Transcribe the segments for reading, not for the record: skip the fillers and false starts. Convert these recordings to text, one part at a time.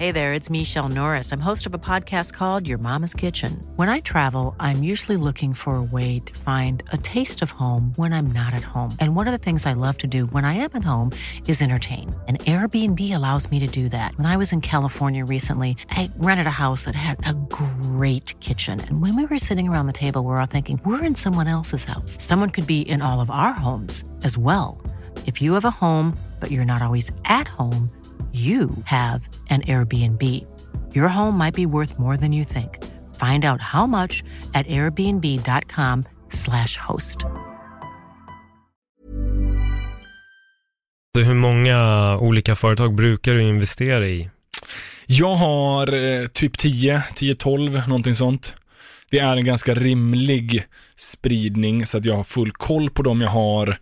Hey there, it's Michelle Norris. I'm host of a podcast called Your Mama's Kitchen. When I travel, I'm usually looking for a way to find a taste of home when I'm not at home. And one of the things I love to do when I am at home is entertain. And Airbnb allows me to do that. When I was in California recently, I rented a house that had a great kitchen. And when we were sitting around the table, we were all thinking, we're in someone else's house. Someone could be in all of our homes as well. If you have a home, but you're not always at home, you have an Airbnb. Your home might be worth more than you think. Find out how much at airbnb.com/host. Hur många olika företag brukar du investera i? Jag har typ 10-12, någonting sånt. Det är en ganska rimlig spridning så att jag har full koll på dem jag har.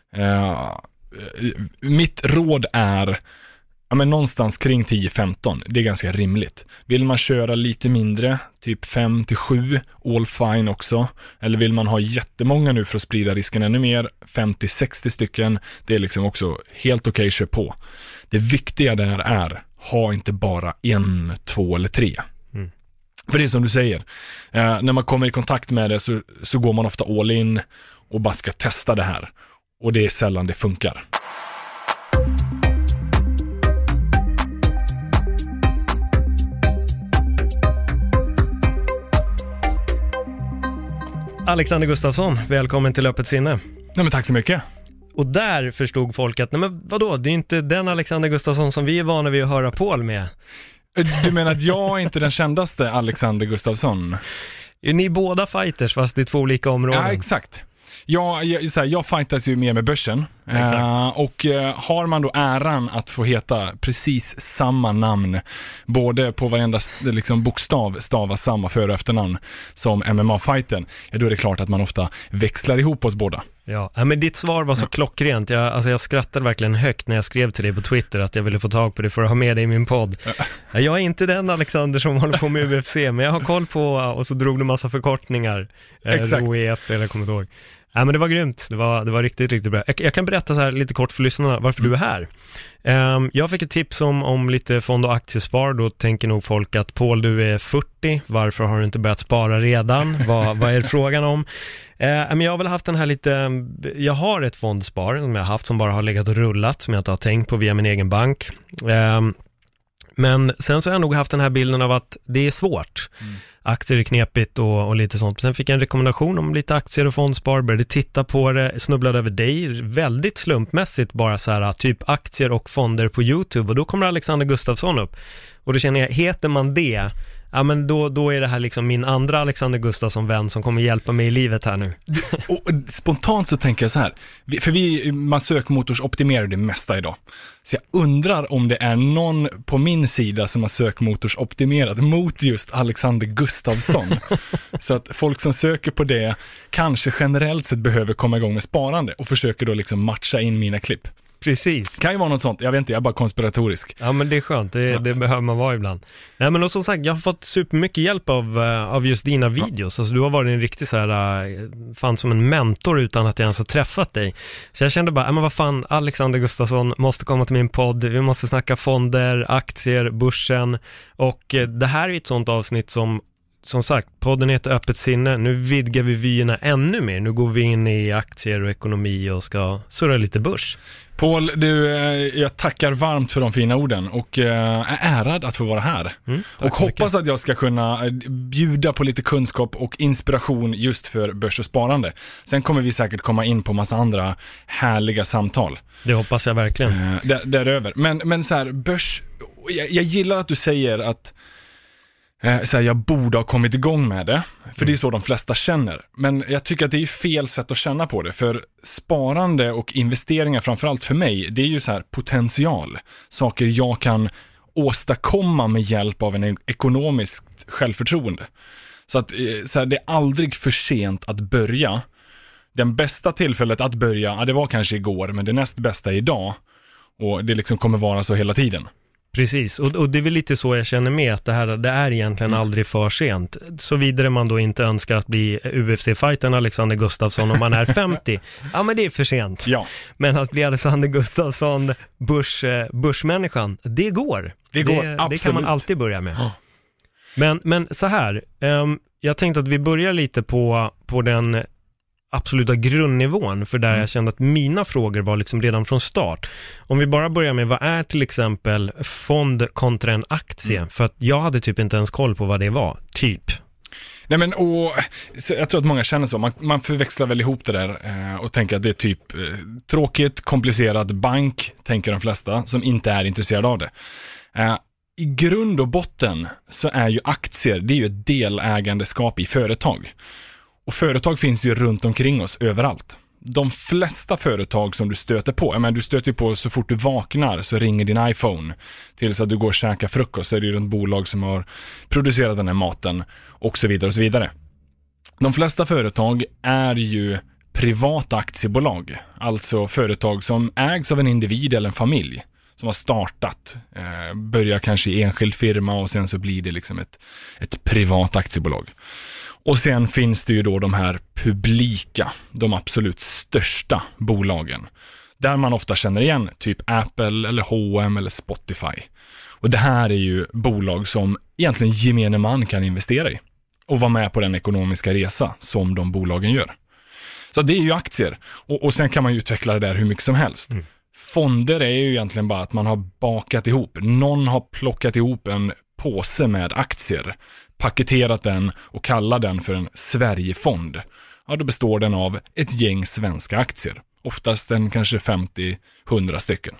Mitt råd är någonstans kring 10-15. Det är ganska rimligt. Vill man köra lite mindre, typ 5-7, all fine också. Eller vill man ha jättemånga nu för att sprida risken ännu mer, 50-60 stycken, det är liksom också helt okej, kör på. Det viktiga där är, ha inte bara 1, 2 eller 3. För det är som du säger, när man kommer i kontakt med det så går man ofta all in och bara ska testa det här. Och det är sällan det funkar. Alexander Gustafsson, välkommen till Öppet sinne. Nej, men tack så mycket. Och där förstod folk att, nej men vadå, det är inte den Alexander Gustafsson som vi är vana vid att höra Paul med. Du menar att jag är inte den kändaste Alexander Gustafsson? Är ni båda fighters fast i 2 olika områden? Ja, exakt. Jag fightas ju mer med börsen. Och har man då äran att få heta precis samma namn, både på varenda liksom bokstav stavas samma för- och efternamn som MMA-fighten, då är det klart att man ofta växlar ihop oss båda. Ja, men ditt svar var så klockrent. Jag skrattade verkligen högt när jag skrev till dig på Twitter att jag ville få tag på det för att ha med dig i min podd. Jag är inte den Alexander som håller på med UFC, men jag har koll på, och så drog du massa förkortningar. Exakt. ROEF, eller jag kommer inte ihåg. Ja, men det var grymt. Det var riktigt, riktigt bra. Jag kan berätta så här lite kort för lyssnarna varför du är här. Jag fick ett tips om lite fond- och aktiespar. Då tänker nog folk att Paul, du är 40. Varför har du inte börjat spara redan? Vad är frågan om? Men jag har väl haft den här lite... Jag har ett fondspar som jag har haft som bara har legat och rullat, som jag inte har tänkt på via min egen bank. Men sen så har jag nog haft den här bilden av att det är svårt. Aktier är knepigt och lite sånt. Sen fick jag en rekommendation om lite aktier och fondspar. Började titta på det, snubblade över dig. Väldigt slumpmässigt bara så här, typ aktier och fonder på YouTube. Och då kommer Alexander Gustafsson upp. Och då känner jag, heter man det... Ja, men då är det här liksom min andra Alexander Gustafsson-vän som kommer hjälpa mig i livet här nu. Och spontant så tänker jag så här, för man sökmotorsoptimerar det mesta idag. Så jag undrar om det är någon på min sida som har sökmotorsoptimerat mot just Alexander Gustafsson. Så att folk som söker på det kanske generellt sett behöver komma igång med sparande och försöker då liksom matcha in mina klipp. Precis. Kan ju vara något sånt, jag vet inte, jag är bara konspiratorisk. Ja, men det är skönt, det behöver man vara ibland. Nej, men som sagt, jag har fått supermycket hjälp av just dina videos. Alltså, du har varit en riktig så här, fan som en mentor utan att jag ens har träffat dig. Så jag kände bara, men vad fan, Alexander Gustafsson måste komma till min podd. Vi måste snacka fonder, aktier, börsen. Och det här är ett sånt avsnitt som sagt, podden heter Öppet sinne. Nu vidgar vi vyerna ännu mer. Nu går vi in i aktier och ekonomi och ska surra lite börs. Paul, jag tackar varmt för de fina orden och är ärad att få vara här. Och hoppas att jag ska kunna bjuda på lite kunskap och inspiration just för börs och sparande. Sen kommer vi säkert komma in på massa andra härliga samtal. Det hoppas jag verkligen. Däröver. Men så här, börs... Jag gillar att du säger att så här, jag borde ha kommit igång med det. För det är så de flesta känner. Men jag tycker att det är fel sätt att känna på det. För sparande och investeringar, framförallt för mig, det är ju så här potential. Saker jag kan åstadkomma med hjälp av en ekonomiskt självförtroende. Så att så här, det är aldrig för sent att börja. Den bästa tillfället att börja, det var kanske igår, men det näst bästa är idag. Och det liksom kommer vara så hela tiden. Precis, och det är väl lite så jag känner med att det är egentligen aldrig för sent. Så vidare man då inte önskar att bli UFC-fighten Alexander Gustafsson om man är 50. Ja, men det är för sent. Ja. Men att bli Alexander Gustafsson, Bush-människan, det går. Det går, absolut. Det kan man alltid börja med. Men så här, jag tänkte att vi börjar lite på den absoluta grundnivån, för där jag kände att mina frågor var liksom redan från start. Om vi bara börjar med, vad är till exempel fond kontra en aktie? För att jag hade typ inte ens koll på vad det var, typ. Nej, men så jag tror att många känner så. Man förväxlar väl ihop det där och tänker att det är typ tråkigt, komplicerad bank, tänker de flesta, som inte är intresserade av det. I grund och botten så är ju aktier, det är ju ett delägandeskap i företag. Och företag finns ju runt omkring oss överallt. De flesta företag som du stöter på, du stöter på så fort du vaknar så ringer din iPhone tills att du går och käkar frukost, så är det ju ett bolag som har producerat den här maten och så vidare och så vidare. De flesta företag är ju privata aktiebolag, alltså företag som ägs av en individ eller en familj som har startat, börjar kanske i enskild firma och sen så blir det liksom ett privat aktiebolag. Och sen finns det ju då de här publika, de absolut största bolagen. Där man ofta känner igen typ Apple eller H&M eller Spotify. Och det här är ju bolag som egentligen gemene man kan investera i. Och vara med på den ekonomiska resa som de bolagen gör. Så det är ju aktier. Och sen kan man ju utveckla det där hur mycket som helst. Fonder är ju egentligen bara att man har bakat ihop. Någon har plockat ihop en påse med aktier, paketerat den och kallat den för en Sverigefond. Ja, då består den av ett gäng svenska aktier. Oftast en kanske 50-100 stycken.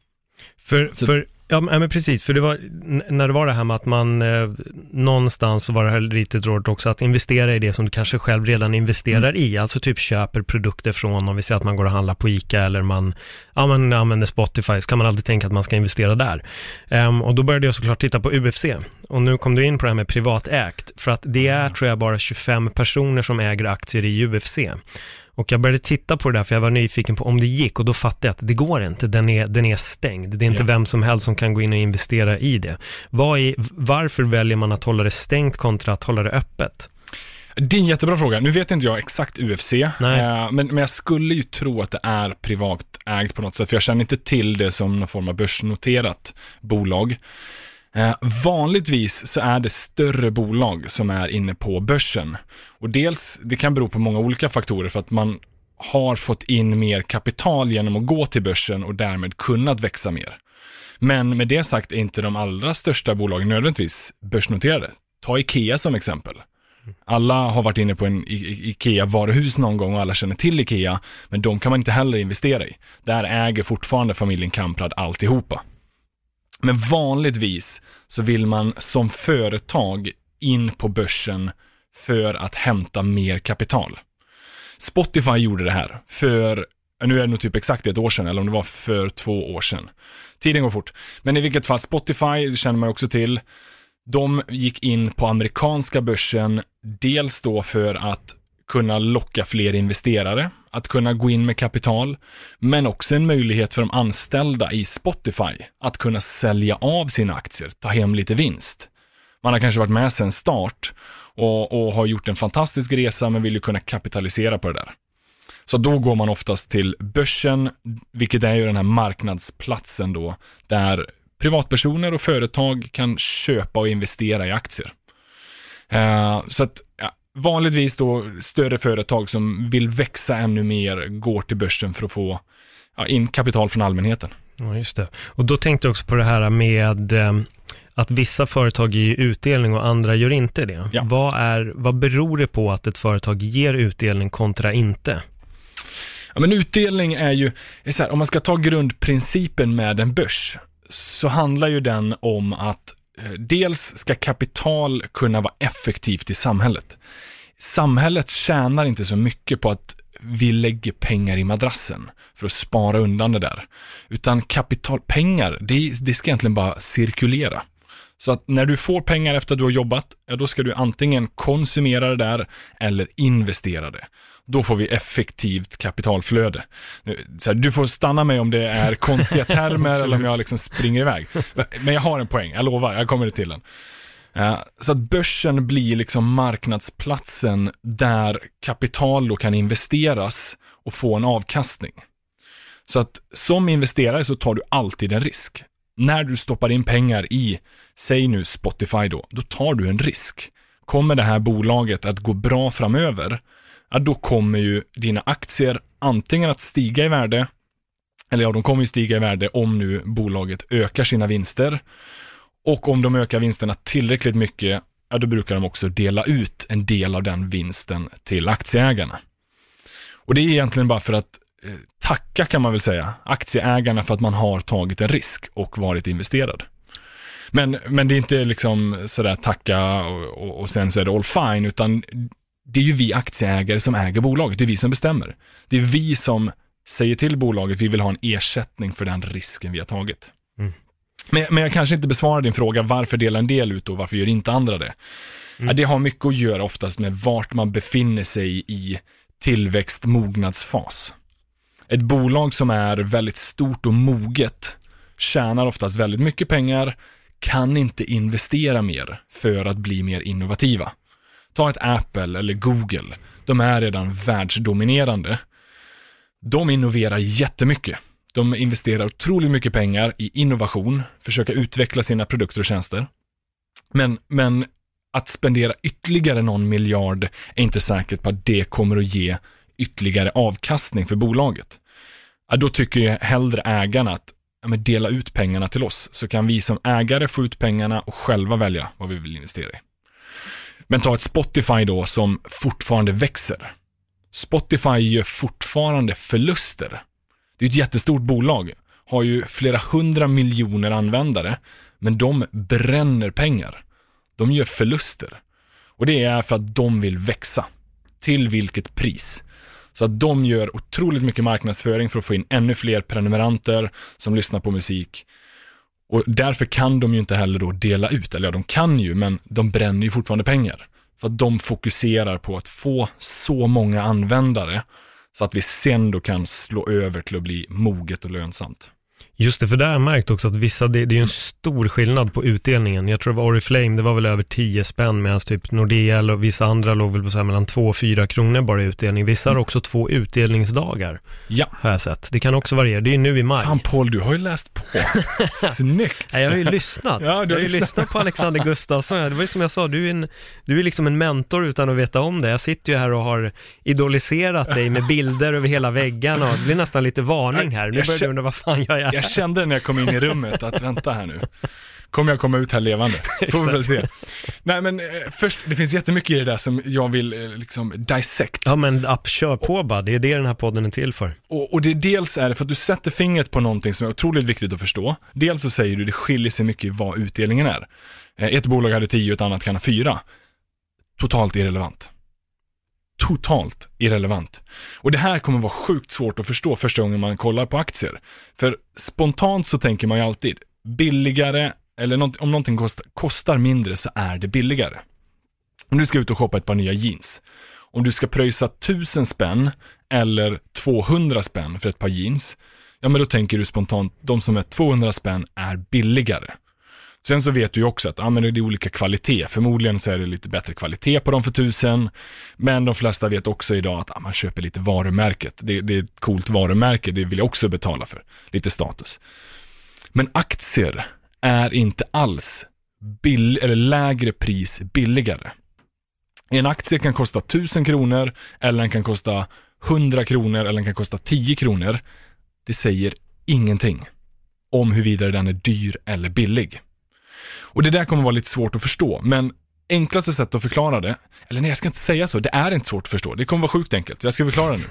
Ja, men precis, för det var när det var det här med att man någonstans så var det här lite råd också att investera i det som du kanske själv redan investerar i, alltså typ köper produkter från, om vi säger att man går och handlar på ICA eller man använder Spotify, så kan man alltid tänka att man ska investera där. Och då började jag såklart titta på UFC, och nu kom du in på det här med privatägt, för att det är tror jag bara 25 personer som äger aktier i UFC. Och jag började titta på det där för jag var nyfiken på om det gick, och då fattade jag att det går inte, den är stängd. Det är inte vem som helst som kan gå in och investera i det. Varför väljer man att hålla det stängt kontra att hålla det öppet? Det är en jättebra fråga. Nu vet inte jag exakt UFC, men jag skulle ju tro att det är privat ägt på något sätt, för jag känner inte till det som någon form av börsnoterat bolag. Vanligtvis så är det större bolag som är inne på börsen, och dels det kan bero på många olika faktorer, för att man har fått in mer kapital genom att gå till börsen och därmed kunnat växa mer. Men med det sagt är inte de allra största bolagen nödvändigtvis börsnoterade. Ta IKEA som exempel. Alla har varit inne på en IKEA-varuhus någon gång och alla känner till IKEA, men de kan man inte heller investera i. Där äger fortfarande familjen Kamprad alltihopa. Men vanligtvis så vill man som företag in på börsen för att hämta mer kapital. Spotify gjorde det här för, nu är det nog typ exakt ett år sedan, eller om det var för 2 år sedan. Tiden går fort. Men i vilket fall, Spotify, det känner man också till, de gick in på amerikanska börsen dels då för att kunna locka fler investerare, att kunna gå in med kapital, men också en möjlighet för de anställda i Spotify att kunna sälja av sina aktier, ta hem lite vinst. Man har kanske varit med sedan start och har gjort en fantastisk resa, men vill ju kunna kapitalisera på det där. Så då går man oftast till börsen, vilket är ju den här marknadsplatsen då, där privatpersoner och företag kan köpa och investera i aktier. Så att vanligtvis då större företag som vill växa ännu mer går till börsen för att få in kapital från allmänheten. Ja, just det. Och då tänkte jag också på det här med att vissa företag ger utdelning och andra gör inte det. Ja. Vad beror det på att ett företag ger utdelning kontra inte? Ja, men utdelning är ju så här, om man ska ta grundprincipen med en börs, så handlar ju den om att dels ska kapital kunna vara effektivt i samhället. Samhället tjänar inte så mycket på att vi lägger pengar i madrassen för att spara undan det där. Utan kapitalpengar, det ska egentligen bara cirkulera. Så att när du får pengar efter att du har jobbat, då ska du antingen konsumera det där eller investera det. Då får vi effektivt kapitalflöde. Så här, du får stanna mig om det är konstiga termer eller om jag liksom springer iväg. Men jag har en poäng, jag lovar, jag kommer till den. Så att börsen blir liksom marknadsplatsen där kapital då kan investeras och få en avkastning. Så att som investerare så tar du alltid en risk. När du stoppar in pengar i, säg nu Spotify då tar du en risk. Kommer det här bolaget att gå bra framöver, då kommer ju dina aktier antingen att stiga i värde, eller de kommer ju stiga i värde om nu bolaget ökar sina vinster. Och om de ökar vinsterna tillräckligt mycket, då brukar de också dela ut en del av den vinsten till aktieägarna. Och det är egentligen bara för att tacka, kan man väl säga, aktieägarna för att man har tagit en risk och varit investerad. Men det är inte liksom sådär tacka och sen så är det all fine, utan det är ju vi aktieägare som äger bolaget, det är vi som bestämmer. Det är vi som säger till bolaget vi vill ha en ersättning för den risken vi har tagit. Men jag kanske inte besvarar din fråga, varför delar en del ut och varför gör inte andra det? Det har mycket att göra oftast med vart man befinner sig i tillväxt-mognadsfas. Ett bolag som är väldigt stort och moget tjänar oftast väldigt mycket pengar, kan inte investera mer för att bli mer innovativa. Ta ett Apple eller Google, de är redan världsdominerande. De innoverar jättemycket. De investerar otroligt mycket pengar i innovation, försöka utveckla sina produkter och tjänster. Men att spendera ytterligare någon miljard är inte säkert på att det kommer att ge ytterligare avkastning för bolaget. Då tycker jag hellre ägarna att dela ut pengarna till oss, så kan vi som ägare få ut pengarna och själva välja vad vi vill investera i. Men ta ett Spotify då som fortfarande växer. Spotify gör fortfarande förluster. Det är ett jättestort bolag, har ju flera 100 miljoner användare, men de bränner pengar. De gör förluster. Och det är för att de vill växa. Till vilket pris? Så att de gör otroligt mycket marknadsföring för att få in ännu fler prenumeranter som lyssnar på musik. Och därför kan de ju inte heller då dela ut. Eller ja, de kan ju, men de bränner ju fortfarande pengar. För att de fokuserar på att få så många användare så att vi sen då kan slå över till att bli moget och lönsamt. Just det, för där har jag märkt också att vissa, det är ju en stor skillnad på utdelningen. Jag tror det var Oriflame, det var väl över 10 spänn, medan typ Nordea och vissa andra låg väl på så här mellan 2 och 4 kronor bara i utdelning. Vissa har också 2 utdelningsdagar. Ja. Har jag sett. Det kan också variera. Det är ju nu i maj. Fan Paul, du har ju läst på. Snyggt. Ja, jag har ju lyssnat. Ja, jag har ju lyssnat på Alexander Gustafsson. Det var ju som jag sa, du är liksom en mentor utan att veta om det. Jag sitter ju här och har idoliserat dig med bilder över hela väggen och det blir nästan lite varning här. Nu börjar du undra vad fan jag är. Jag kände när jag kom in i rummet att vänta här nu. Kommer jag komma ut här levande? Får vi väl se. Nej, men först, det finns jättemycket i det där som jag vill liksom dissect. Ja, men kör på bara. Det är det den här podden är till för. Och det dels är det för att du sätter fingret på någonting som är otroligt viktigt att förstå. Dels så säger du det skiljer sig mycket i vad utdelningen är. Ett bolag hade 10 och ett annat kan ha 4. Totalt irrelevant. Totalt irrelevant. Och det här kommer vara sjukt svårt att förstå första gången man kollar på aktier. För spontant så tänker man ju alltid billigare, eller om någonting kostar mindre så är det billigare. Om du ska ut och shoppa ett par nya jeans, om du ska pröjsa 1000 spänn eller 200 spänn för ett par jeans, ja men då tänker du spontant de som är 200 spänn är billigare. Sen så vet du ju också att men det är olika kvalitet. Förmodligen så är det lite bättre kvalitet på dem för 1000. Men de flesta vet också idag att man köper lite varumärket. Det är ett coolt varumärke, det vill jag också betala för. Lite status. Men aktier är inte alls eller lägre pris billigare. En aktie kan kosta 1000 kronor eller den kan kosta 100 kronor eller den kan kosta 10 kronor. Det säger ingenting om huruvida den är dyr eller billig. Och det där kommer vara lite svårt att förstå, men enklaste sätt att förklara det, eller nej jag ska inte säga så, det är inte svårt att förstå, det kommer vara sjukt enkelt, jag ska förklara det nu.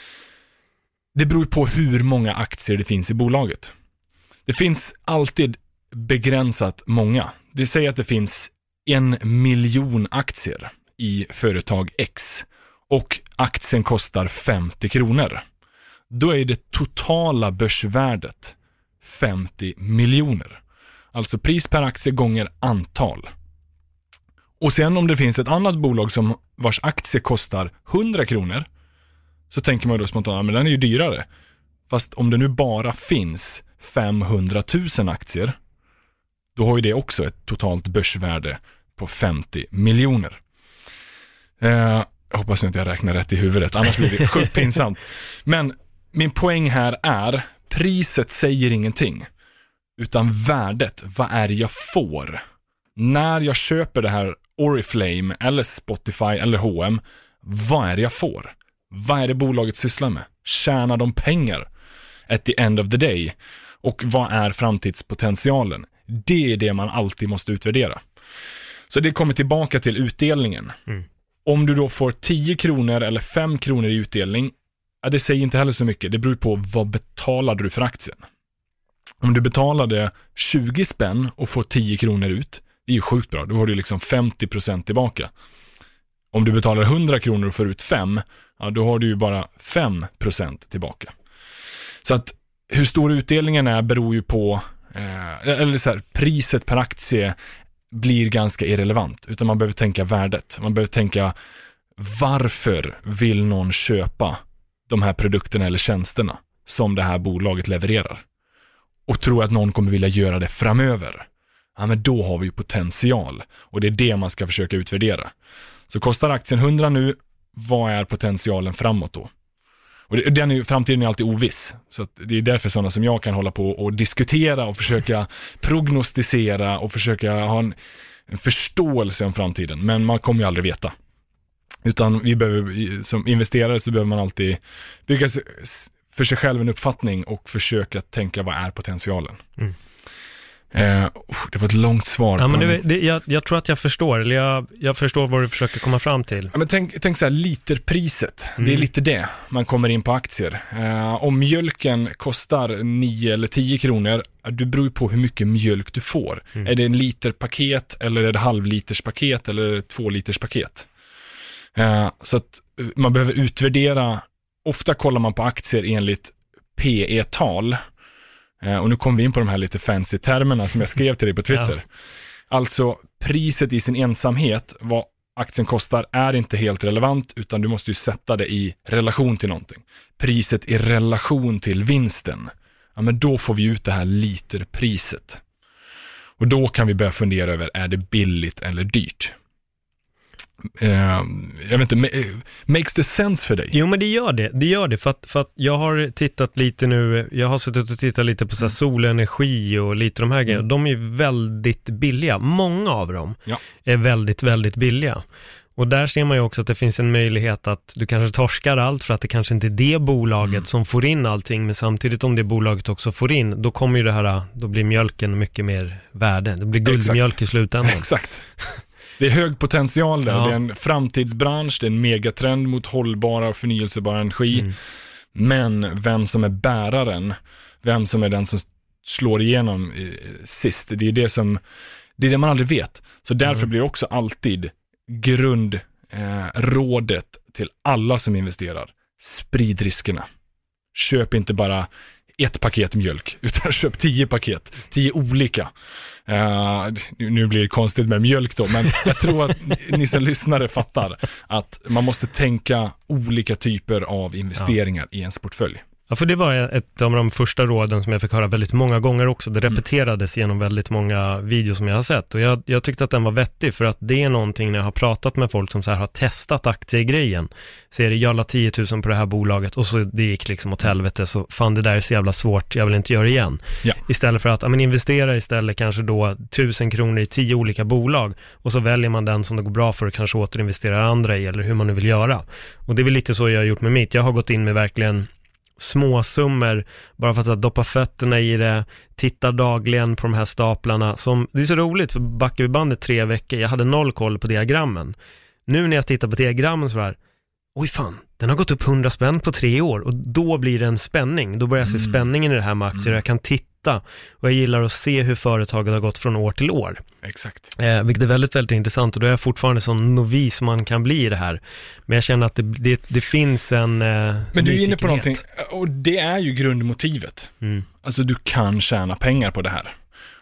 Det beror på hur många aktier det finns i bolaget. Det finns alltid begränsat många. Det säger att det finns 1 miljon aktier i företag X och aktien kostar 50 kronor. Då är det totala börsvärdet 50 miljoner. Alltså pris per aktie gånger antal. Och sen om det finns ett annat bolag som vars aktie kostar 100 kronor, så tänker man då spontant, men den är ju dyrare. Fast om det nu bara finns 500 000 aktier, då har ju det också ett totalt börsvärde på 50 miljoner. Jag hoppas inte jag räknar rätt i huvudet, annars blir det sjukt pinsamt. Men min poäng här är, priset säger ingenting, utan värdet, vad är det jag får? När jag köper det här Oriflame eller Spotify eller H&M, vad är det jag får? Vad är det bolaget sysslar med? Tjänar de pengar at the end of the day? Och vad är framtidspotentialen? Det är det man alltid måste utvärdera. Så det kommer tillbaka till utdelningen. Om du då får 10 kronor eller 5 kronor i utdelning, det säger inte heller så mycket. Det beror på vad betalade du för aktien. Om du betalade 20 spänn och får 10 kronor ut, det är ju sjukt bra. Då har du liksom 50% tillbaka. Om du betalar 100 kronor och får ut 5, då har du ju bara 5% tillbaka. Så att hur stor utdelningen är beror ju på, eller så här, priset per aktie blir ganska irrelevant, utan man behöver tänka värdet. Man behöver tänka, varför vill någon köpa de här produkterna eller tjänsterna som det här bolaget levererar? Och tror att någon kommer vilja göra det framöver. Ja, men då har vi ju potential. Och det är det man ska försöka utvärdera. Så kostar aktien 100 nu, vad är potentialen framåt då? Och framtiden är alltid oviss. Så att det är därför sådana som jag kan hålla på och diskutera och försöka prognostisera och försöka ha en förståelse om framtiden. Men man kommer ju aldrig veta. Utan vi behöver, som investerare så behöver man alltid bygga för sig själv en uppfattning och försöka tänka, vad är potentialen? Det var ett långt svar. Ja, men jag tror att jag förstår, eller jag förstår vad du försöker komma fram till. Ja, men tänk så här, literpriset. Det är lite det man kommer in på aktier. Om mjölken kostar 9 eller 10 kronor, det beror ju på hur mycket mjölk du får. Är det en literpaket eller är det halvliterspaket eller är det 2 liters paket? Så att man behöver utvärdera. Ofta kollar man på aktier enligt PE-tal. Och nu kommer vi in på de här lite fancy termerna som jag skrev till dig på Twitter. Ja. Alltså priset i sin ensamhet, vad aktien kostar, är inte helt relevant, utan du måste ju sätta det i relation till någonting. Priset i relation till vinsten. Ja, men då får vi ut det här literpriset. Och då kan vi börja fundera över, är det billigt eller dyrt? Jag vet inte, makes the sense för dig? Jo, men det gör det för att jag har tittat lite nu, jag har suttit och tittat lite på så här solenergi och lite de här grejerna. De är väldigt billiga, många av dem är väldigt, väldigt billiga. Och där ser man ju också att det finns en möjlighet att du kanske torskar allt för att det kanske inte är det bolaget som får in allting, men samtidigt om det bolaget också får in, då kommer ju det här, då blir mjölken mycket mer värde. Det blir guldmjölk i slutändan. Exakt. Det är hög potential där. Ja. Det är en framtidsbransch, det är en megatrend mot hållbara och förnyelsebara energi. Men vem som är bäraren, vem som är den som slår igenom sist, det är det man aldrig vet. Så därför blir det också alltid grundrådet till alla som investerar: sprid riskerna. Köp inte bara ett paket mjölk, utan köp 10 paket, 10 olika. Nu blir det konstigt med mjölk då, men jag tror att ni som lyssnare fattar att man måste tänka olika typer av investeringar i ens portfölj. Ja, för det var ett av de första råden som jag fick höra väldigt många gånger också. Det repeterades genom väldigt många videos som jag har sett. Och jag tyckte att den var vettig, för att det är någonting när jag har pratat med folk som så här har testat aktiegrejen. Så är det, jag la 10 000 på det här bolaget och så det gick liksom åt helvete, så fan, det där är så jävla svårt, jag vill inte göra det igen. Ja. Istället för att investera istället kanske då 1000 kronor i 10 olika bolag, och så väljer man den som det går bra för och kanske återinvesterar andra i, eller hur man nu vill göra. Och det är väl lite så jag har gjort med mitt. Jag har gått in med verkligen små summor bara för att doppa fötterna i det, titta dagligen på de här staplarna. Det är så roligt, för backar vi bandet 3 veckor, jag hade 0 koll på diagrammen. Nu när jag tittar på diagrammen så här, oj fan, den har gått upp 100 spänn på 3 år, och då blir det en spänning. Då börjar jag se spänningen i det här med aktier. Jag kan titta, och jag gillar att se hur företaget har gått från år till år. Exakt. Vilket är väldigt, väldigt intressant, och då är jag fortfarande sån novis man kan bli i det här. Men jag känner att det finns en Men du är inne på någonting, och det är ju grundmotivet. Alltså du kan tjäna pengar på det här.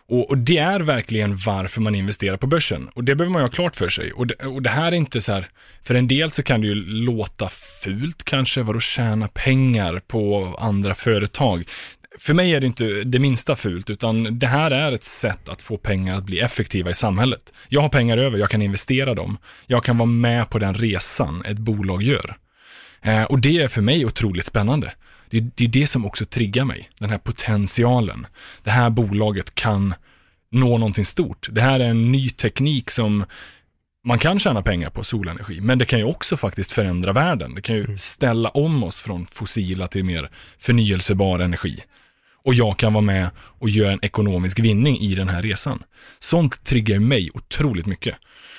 Och det är verkligen varför man investerar på börsen. Och det behöver man ju ha klart för sig. Och det här är inte så här, för en del så kan det ju låta fult kanske, vadå tjäna pengar på andra företag. För mig är det inte det minsta fult, utan det här är ett sätt att få pengar att bli effektiva i samhället. Jag har pengar över, jag kan investera dem. Jag kan vara med på den resan ett bolag gör. Och det är för mig otroligt spännande. Det är det som också triggar mig, den här potentialen. Det här bolaget kan nå någonting stort. Det här är en ny teknik som man kan tjäna pengar på, solenergi, men det kan ju också faktiskt förändra världen. Det kan ju ställa om oss från fossila till mer förnyelsebar energi. Och jag kan vara med och göra en ekonomisk vinning i den här resan. Sånt triggar mig otroligt mycket.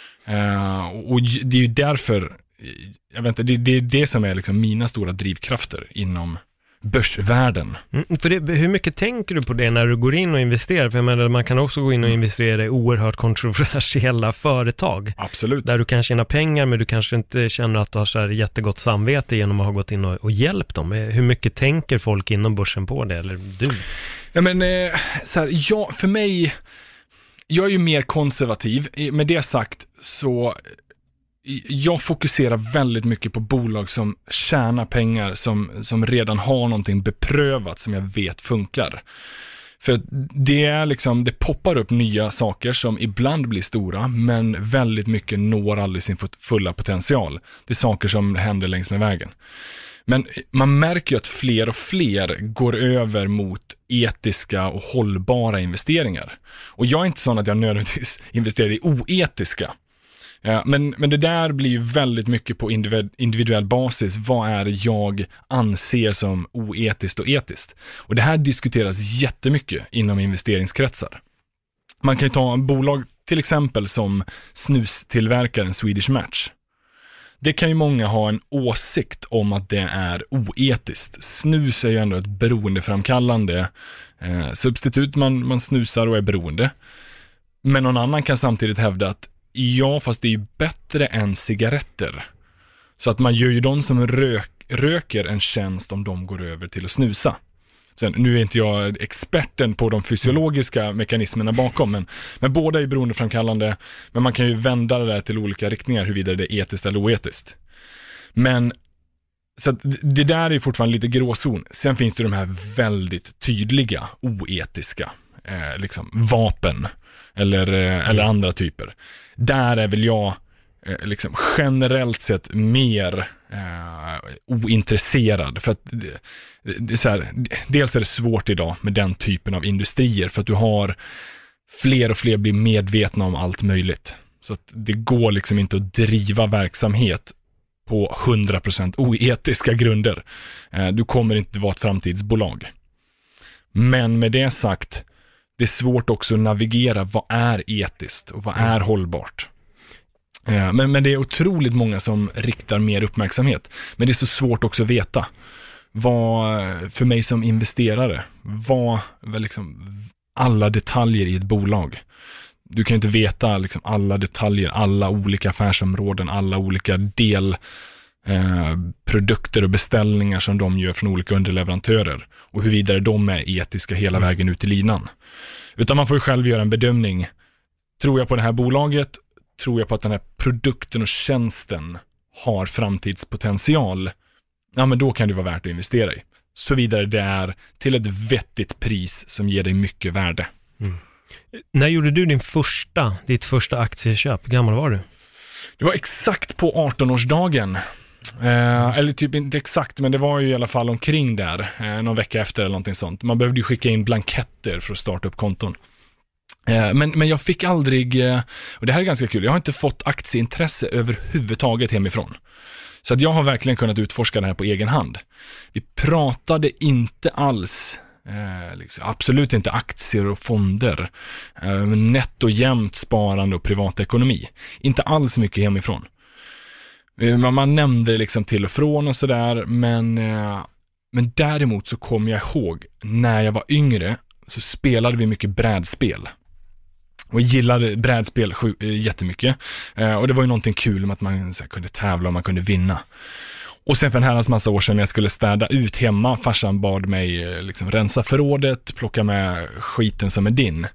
Och det är ju därför, jag vet inte, det är det som är liksom mina stora drivkrafter inom börsvärlden. För hur mycket tänker du på det när du går in och investerar? För jag menar, man kan också gå in och investera i oerhört kontroversiella företag. Absolut. Där du kan tjäna pengar, men du kanske inte känner att du har så här jättegott samvete genom att ha gått in och hjälpt dem. Hur mycket tänker folk inom börsen på det? Eller du? Ja, men så här, för mig, jag är ju mer konservativ. Med det sagt så jag fokuserar väldigt mycket på bolag som tjänar pengar, som redan har någonting beprövat som jag vet funkar. För det är liksom, det poppar upp nya saker som ibland blir stora, men väldigt mycket når aldrig sin fulla potential. Det är saker som händer längs med vägen. Men man märker ju att fler och fler går över mot etiska och hållbara investeringar. Och jag är inte sån att jag nödvändigtvis investerar i oetiska. Ja, men det där blir ju väldigt mycket på individuell basis. Vad är det jag anser som oetiskt och etiskt? Och det här diskuteras jättemycket inom investeringskretsar. Man kan ju ta en bolag till exempel som snustillverkaren Swedish Match. Det kan ju många ha en åsikt om att det är oetiskt. Snus är ju ändå ett beroendeframkallande substitut. Man snusar och är beroende. Men någon annan kan samtidigt hävda att ja, fast det är ju bättre än cigaretter. Så att man gör ju de som röker en tjänst om de går över till att snusa. Sen, nu är inte jag experten på de fysiologiska mekanismerna bakom, men båda är beroendeframkallande. Men man kan ju vända det där till olika riktningar, huruvida det är etiskt eller oetiskt. Men så att det där är fortfarande lite gråzon. Sen finns det de här väldigt tydliga oetiska liksom vapen eller andra typer. Där är väl jag liksom generellt sett mer ointresserad, för att det är så här, dels är det svårt idag med den typen av industrier, för att du har fler och fler blir medvetna om allt möjligt, så att det går liksom inte att driva verksamhet på 100% oetiska grunder. Du kommer inte vara ett framtidsbolag. Men med det sagt, det är svårt också att navigera vad är etiskt och vad är hållbart. Men det är otroligt många som riktar mer uppmärksamhet. Men det är så svårt också att veta vad, för mig som investerare, vad liksom alla detaljer i ett bolag. Du kan ju inte veta liksom alla detaljer, alla olika affärsområden, alla olika produkter och beställningar som de gör från olika underleverantörer, och hur vidare de är etiska hela vägen ut i linan. Utan man får ju själv göra en bedömning. Tror jag på det här bolaget? Tror jag på att den här produkten och tjänsten har framtidspotential? Ja, men då kan det vara värt att investera i. Så vidare det är till ett vettigt pris som ger dig mycket värde. När gjorde du ditt första aktieköp? Hur gammal var du? Det var exakt på 18-årsdagen. Eller typ inte exakt, men det var ju i alla fall omkring där, någon vecka efter eller någonting sånt. Man behövde ju skicka in blanketter för att starta upp konton. Men jag fick aldrig, och det här är ganska kul, jag har inte fått aktieintresse överhuvudtaget hemifrån. Så att jag har verkligen kunnat utforska det här på egen hand. Vi pratade inte alls, liksom, absolut inte aktier och fonder, netto jämnt sparande och privatekonomi. Inte alls mycket hemifrån. Man nämnde det liksom till och från och sådär, men däremot så kom jag ihåg när jag var yngre så spelade vi mycket brädspel. Och gillade brädspel jättemycket. Och det var ju någonting kul med att man så här, kunde tävla och man kunde vinna. Och sen för en herrans massa år sedan när jag skulle städa ut hemma, farsan bad mig liksom rensa förrådet, plocka med skiten som är din.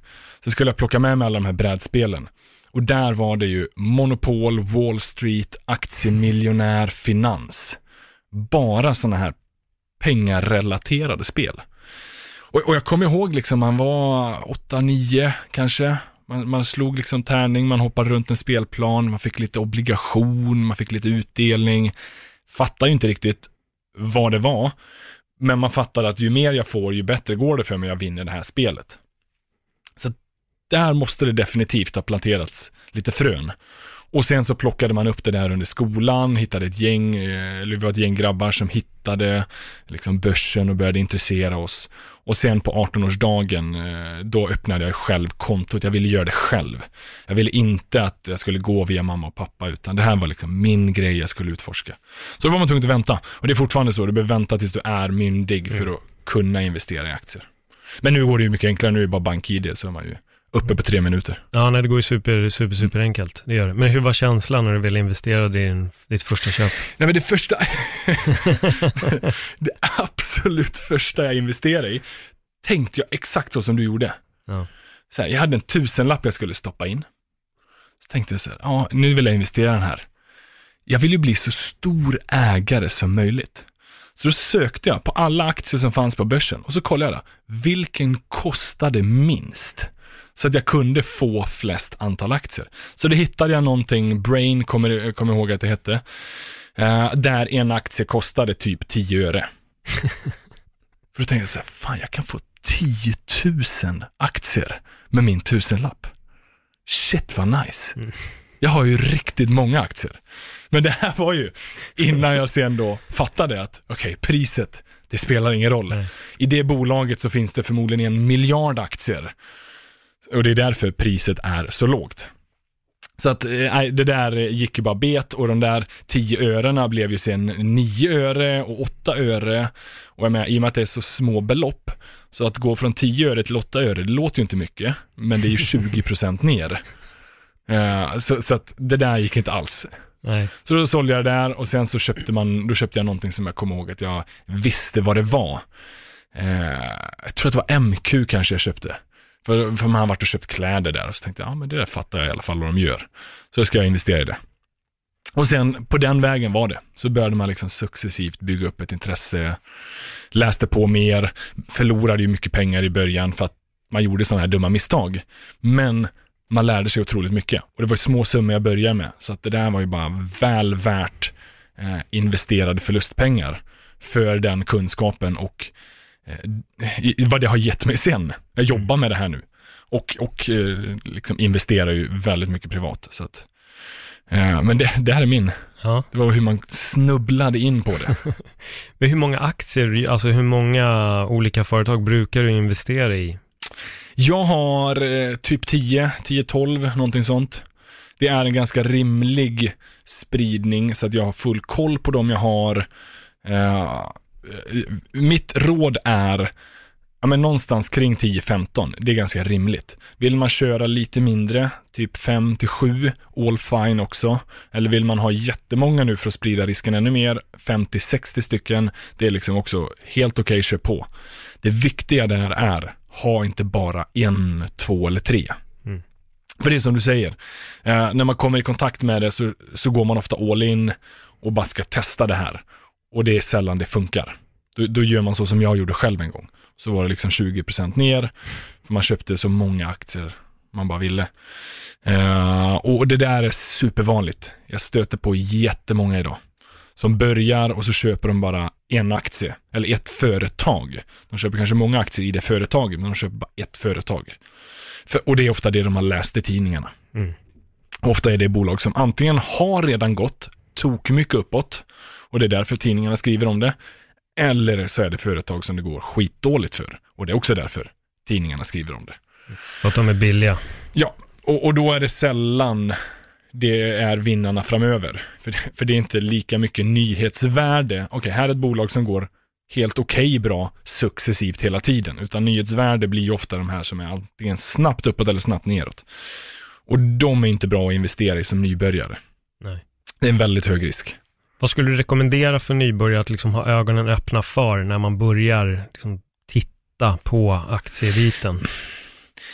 så skulle jag plocka med mig alla de här brädspelen. Och där var det ju Monopol, Wall Street, Aktiemiljonär, Finans. Bara sådana här pengarrelaterade spel. Och jag kommer ihåg liksom, man var 8-9 kanske. Man slog liksom tärning, man hoppade runt en spelplan, man fick lite obligation, man fick lite utdelning. Fattar ju inte riktigt vad det var. Men man fattade att ju mer jag får, ju bättre går det för mig, jag vinner det här spelet. Så där måste det definitivt ha planterats lite frön. Och sen så plockade man upp det där under skolan, hittade ett gäng, eller vi var ett gäng grabbar som hittade liksom börsen och började intressera oss. Och sen på 18-årsdagen, då öppnade jag själv kontot. Jag ville göra det själv. Jag ville inte att jag skulle gå via mamma och pappa, utan det här var liksom min grej jag skulle utforska. Så då var man tvungen att vänta. Och det är fortfarande så, du behöver vänta tills du är myndig för att kunna investera i aktier. Men nu går det ju mycket enklare, nu är det bara BankID, så är man ju uppe på 3 minuter. Ja, nej, det går ju super enkelt. Det gör det. Men hur var känslan när du ville investera i ditt första köp? Nej, men det första det absolut första jag investerade i tänkte jag exakt så som du gjorde. Ja. Så här, jag hade en 1000-lapp jag skulle stoppa in. Så tänkte jag så här, ja, nu vill jag investera den här. Jag vill ju bli så stor ägare som möjligt. Så då sökte jag på alla aktier som fanns på börsen och så kollade jag vilken kostade minst. Så att jag kunde få flest antal aktier. Så då hittade jag någonting, Brain kommer ihåg att det hette, där en aktie kostade typ 10 öre. För då tänkte jag så här, fan, jag kan få 10 000 aktier med min 1000-lapp. Shit, vad nice. Jag har ju riktigt många aktier. Men det här var ju innan jag sen då fattade att okej, priset, det spelar ingen roll. Nej. I det bolaget så finns det förmodligen 1 miljard aktier. Och det är därför priset är så lågt. Så att det där gick ju bara bet, och de där 10 örena blev ju sen 9 öre och 8 öre. Och jag menar, i och med att det är så små belopp, så att gå från 10 öre till 8 öre, det låter ju inte mycket, men det är ju 20% ner. Så att det där gick inte alls. Nej. Så då sålde jag det där, och sen så köpte jag någonting som jag kommer ihåg att jag visste vad det var. Jag tror att det var MQ kanske jag köpte. För man har varit och köpt kläder där, och så tänkte jag, ja, men det där fattar jag i alla fall vad de gör. Så då ska jag investera i det. Och sen på den vägen var det. Så började man liksom successivt bygga upp ett intresse, läste på mer, förlorade ju mycket pengar i början för att man gjorde sådana här dumma misstag. Men man lärde sig otroligt mycket. Och det var små summor jag började med. Så att det där var ju bara väl värt investerade förlustpengar för den kunskapen och vad det har gett mig sen. Jag jobbar med det här nu. Och liksom investerar ju väldigt mycket privat. Så att, men det här är min. Ja. Det var hur man snubblade in på det. Men hur många aktier, alltså hur många olika företag brukar du investera i? Jag har typ 10-12, någonting sånt. Det är en ganska rimlig spridning, så att jag har full koll på dem jag har. Mitt råd är någonstans kring 10-15. Det är ganska rimligt. Vill man köra lite mindre, typ 5-7, all fine också. Eller vill man ha jättemånga nu för att sprida risken ännu mer, 50-60 stycken, det är liksom också helt okej, kör på. Det viktiga där är, ha inte bara 1, 2 eller 3. För det är som du säger, när man kommer i kontakt med det så går man ofta all in och bara ska testa det här. Och det är sällan det funkar. Då gör man så som jag gjorde själv en gång. Så var det liksom 20% ner, för man köpte så många aktier man bara ville. Och det där är supervanligt. Jag stöter på jättemånga idag som börjar och så köper de bara en aktie eller ett företag. De köper kanske många aktier i det företaget, men de köper bara ett företag. Och det är ofta det de har läst i tidningarna. Ofta är det bolag som antingen har redan gått tok mycket uppåt, och det är därför tidningarna skriver om det, eller så är det företag som det går skitdåligt för, och det är också därför tidningarna skriver om det. För att de är billiga. Ja, och då är det sällan det är vinnarna framöver. För det är inte lika mycket nyhetsvärde. Okej, här är ett bolag som går helt okej bra successivt hela tiden. Utan nyhetsvärde blir ju ofta de här som är antingen snabbt uppåt eller snabbt neråt. Och de är inte bra att investera i som nybörjare. Nej. Det är en väldigt hög risk. Vad skulle du rekommendera för nybörjare att liksom ha ögonen öppna för när man börjar liksom titta på aktiebiten?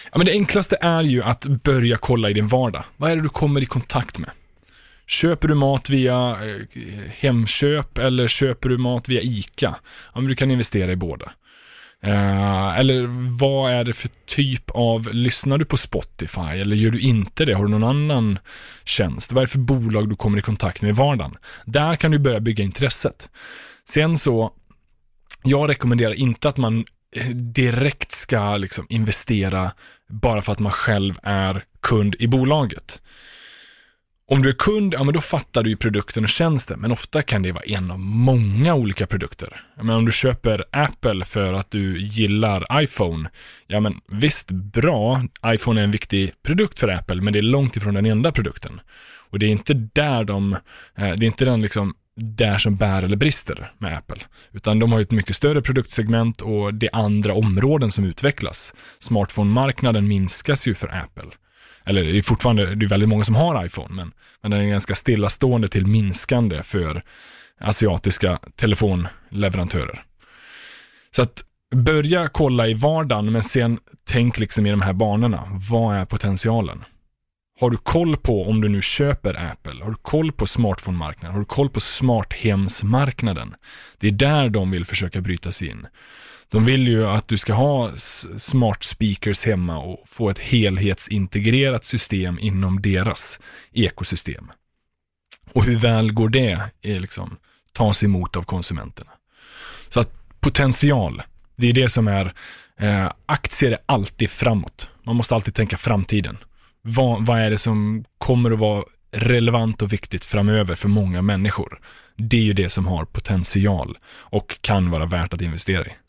Ja, men det enklaste är ju att börja kolla i din vardag. Vad är det du kommer i kontakt med? Köper du mat via Hemköp eller köper du mat via ICA? Ja, men du kan investera i båda. Eller vad är det för typ av, lyssnar du på Spotify eller gör du inte det? Har du någon annan tjänst? Vad är det för bolag du kommer i kontakt med i vardagen? Där kan du börja bygga intresset. Sen så, jag rekommenderar inte att man direkt ska liksom investera bara för att man själv är kund i bolaget. Om du är kund, ja men då fattar du ju produkten och tjänsten, men ofta kan det vara en av många olika produkter. Men om du köper Apple för att du gillar iPhone, ja men visst, bra, iPhone är en viktig produkt för Apple, men det är långt ifrån den enda produkten. Och det är inte där det är inte den liksom där som bär eller brister med Apple, utan de har ju ett mycket större produktsegment och det är andra områden som utvecklas. Smartphone-marknaden minskas ju för Apple. Eller det är fortfarande, det är väldigt många som har iPhone, men den är ganska stillastående till minskande för asiatiska telefonleverantörer. Så att börja kolla i vardagen, men sen tänk liksom i de här banorna. Vad är potentialen? Har du koll på, om du nu köper Apple, har du koll på smartphone-marknaden? Har du koll på smarthemsmarknaden? Det är där de vill försöka bryta sig in. De vill ju att du ska ha smart speakers hemma och få ett helhetsintegrerat system inom deras ekosystem. Och hur väl går det liksom tas emot av konsumenterna? Så att potential, det är det som är, aktier är alltid framåt. Man måste alltid tänka framtiden. Vad är det som kommer att vara relevant och viktigt framöver för många människor? Det är ju det som har potential och kan vara värt att investera i.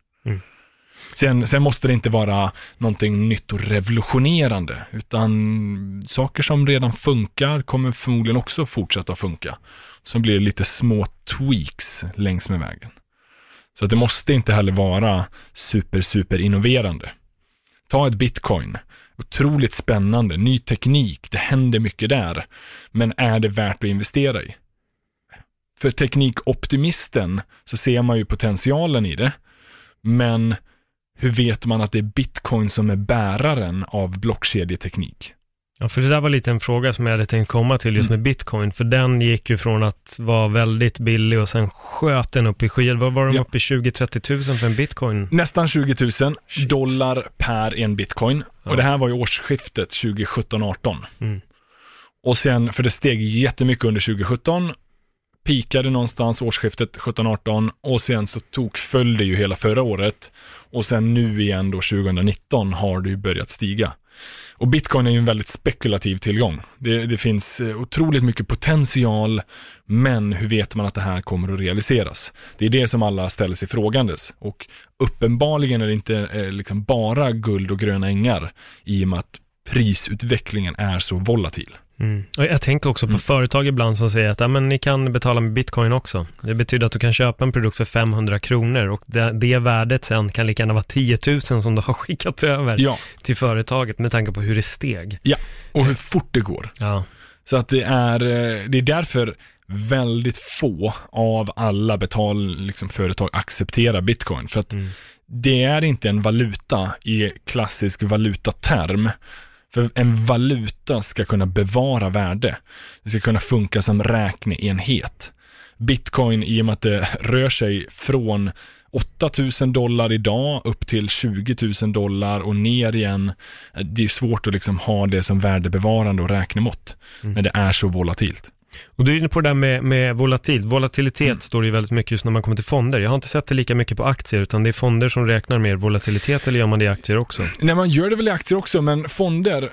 Sen måste det inte vara någonting nytt och revolutionerande, utan saker som redan funkar kommer förmodligen också fortsätta att funka. Så blir det lite små tweaks längs med vägen. Så att det måste inte heller vara super innoverande. Ta ett Bitcoin. Otroligt spännande, ny teknik, det händer mycket där. Men är det värt att investera i? För teknikoptimisten så ser man ju potentialen i det. Men hur vet man att det är Bitcoin som är bäraren av blockkedjeteknik? Ja, för det där var lite en fråga som jag hade tänkt komma till just med Bitcoin. För den gick ju från att vara väldigt billig och sen sköt den upp i skyar. Vad var de uppe i 20-30 tusen för en Bitcoin? Nästan 20 000 dollar per en Bitcoin. Ja. Och det här var ju årsskiftet 2017-18. Och sen, för det steg jättemycket under 2017, pikade någonstans årsskiftet 17-18 och sen så följde ju hela förra året och sen nu igen då 2019 har det ju börjat stiga. Och Bitcoin är ju en väldigt spekulativ tillgång. Det finns otroligt mycket potential, men hur vet man att det här kommer att realiseras? Det är det som alla ställer sig frågandes. Och uppenbarligen är det inte liksom bara guld och gröna ängar i och med att prisutvecklingen är så volatil. Och jag tänker också på företag ibland som säger att men ni kan betala med Bitcoin också. Det betyder att du kan köpa en produkt för 500 kronor och det värdet sen kan lika gärna vara 10 000 som du har skickat över till företaget med tanke på hur det steg. Ja, och hur fort det går. Ja. Så att det är därför väldigt få av alla företag accepterar Bitcoin. För att det är inte en valuta i klassisk valutaterm. För en valuta ska kunna bevara värde. Det ska kunna funka som räkneenhet. Bitcoin, i och med att det rör sig från 8 000 dollar idag upp till 20 000 dollar och ner igen. Det är svårt att liksom ha det som värdebevarande och räknemått. Men det är så volatilt. Och du är inne på det där med volatilitet står det ju väldigt mycket just när man kommer till fonder. Jag har inte sett det lika mycket på aktier, utan det är fonder som räknar mer volatilitet, eller gör man det i aktier också? Nej, man gör det väl i aktier också, men fonder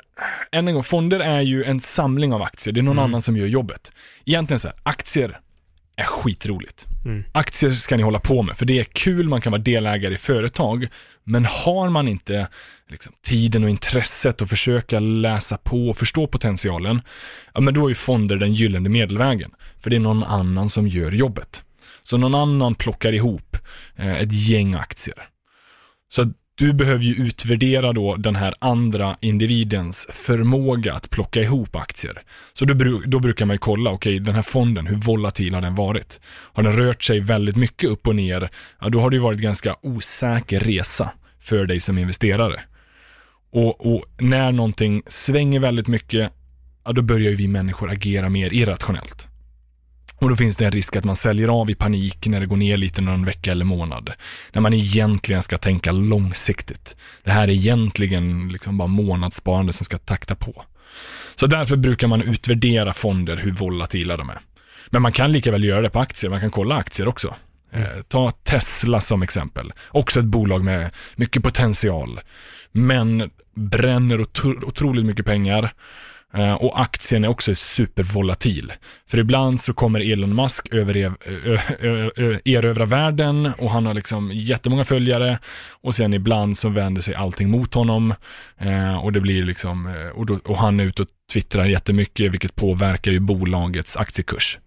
är ju en samling av aktier. Det är någon annan som gör jobbet. Egentligen så här, aktier är skitroligt. Aktier ska ni hålla på med, för det är kul, man kan vara delägare i företag, men har man inte liksom tiden och intresset att försöka läsa på och förstå potentialen, ja, men då är ju fonder den gyllene medelvägen, för det är någon annan som gör jobbet. Så någon annan plockar ihop ett gäng aktier. Så du behöver ju utvärdera då den här andra individens förmåga att plocka ihop aktier. Så då brukar man ju kolla, okej, den här fonden, hur volatil har den varit? Har den rört sig väldigt mycket upp och ner, ja, då har det ju varit ganska osäker resa för dig som investerare. Och när någonting svänger väldigt mycket, ja, då börjar ju vi människor agera mer irrationellt. Och då finns det en risk att man säljer av i panik när det går ner lite någon vecka eller månad. När man egentligen ska tänka långsiktigt. Det här är egentligen liksom bara månadssparande som ska takta på. Så därför brukar man utvärdera fonder, hur volatila de är. Men man kan lika väl göra det på aktier. Man kan kolla aktier också. Ta Tesla som exempel. Också ett bolag med mycket potential. Men bränner otroligt mycket pengar. Och aktien är också supervolatil. För ibland så kommer Elon Musk erövra världen och han har liksom jättemånga följare, och sen ibland så vänder sig allting mot honom, och det blir liksom och han är ute och twittrar jättemycket, vilket påverkar ju bolagets aktiekurs.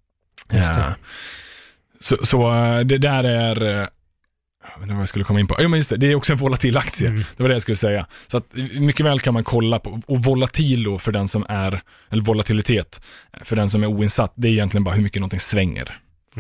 Så det där är vad jag skulle komma in på. Ja, men just det är också en volatil aktie. Det var det jag skulle säga. Så att mycket väl kan man kolla på, och volatil då för den som är, eller volatilitet för den som är oinsatt, det är egentligen bara hur mycket någonting svänger.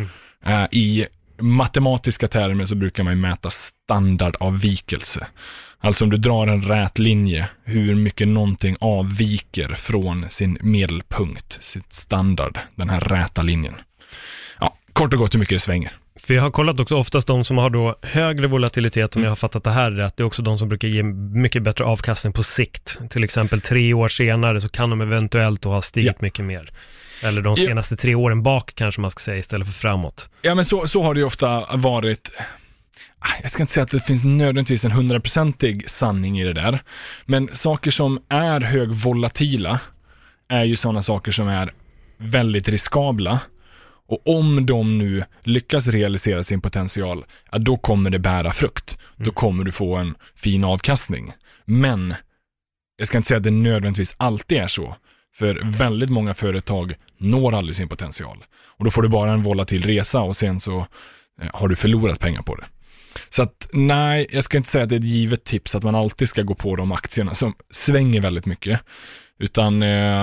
I matematiska termer så brukar man ju mäta standardavvikelse. Alltså om du drar en rät linje, hur mycket någonting avviker från sin medelpunkt, sitt standard, den här räta linjen. Ja, kort och gott hur mycket det svänger. För jag har kollat också oftast de som har då högre volatilitet, om jag har fattat det här rätt, det är också de som brukar ge mycket bättre avkastning på sikt. Till exempel 3 år senare så kan de eventuellt då ha stigit mycket mer. Eller de senaste 3 åren bak kanske man ska säga, istället för framåt. Ja, men så har det ju ofta varit. Jag ska inte säga att det finns nödvändigtvis en 100% sanning i det där. Men saker som är högvolatila är ju sådana saker som är väldigt riskabla. Och om de nu lyckas realisera sin potential, ja, då kommer det bära frukt. Då kommer du få en fin avkastning. Men jag ska inte säga att det nödvändigtvis alltid är så. För väldigt många företag når aldrig sin potential. Och då får du bara en volatil resa och sen så har du förlorat pengar på det. Så att nej, jag ska inte säga att det är ett givet tips att man alltid ska gå på de aktierna som svänger väldigt mycket. Utan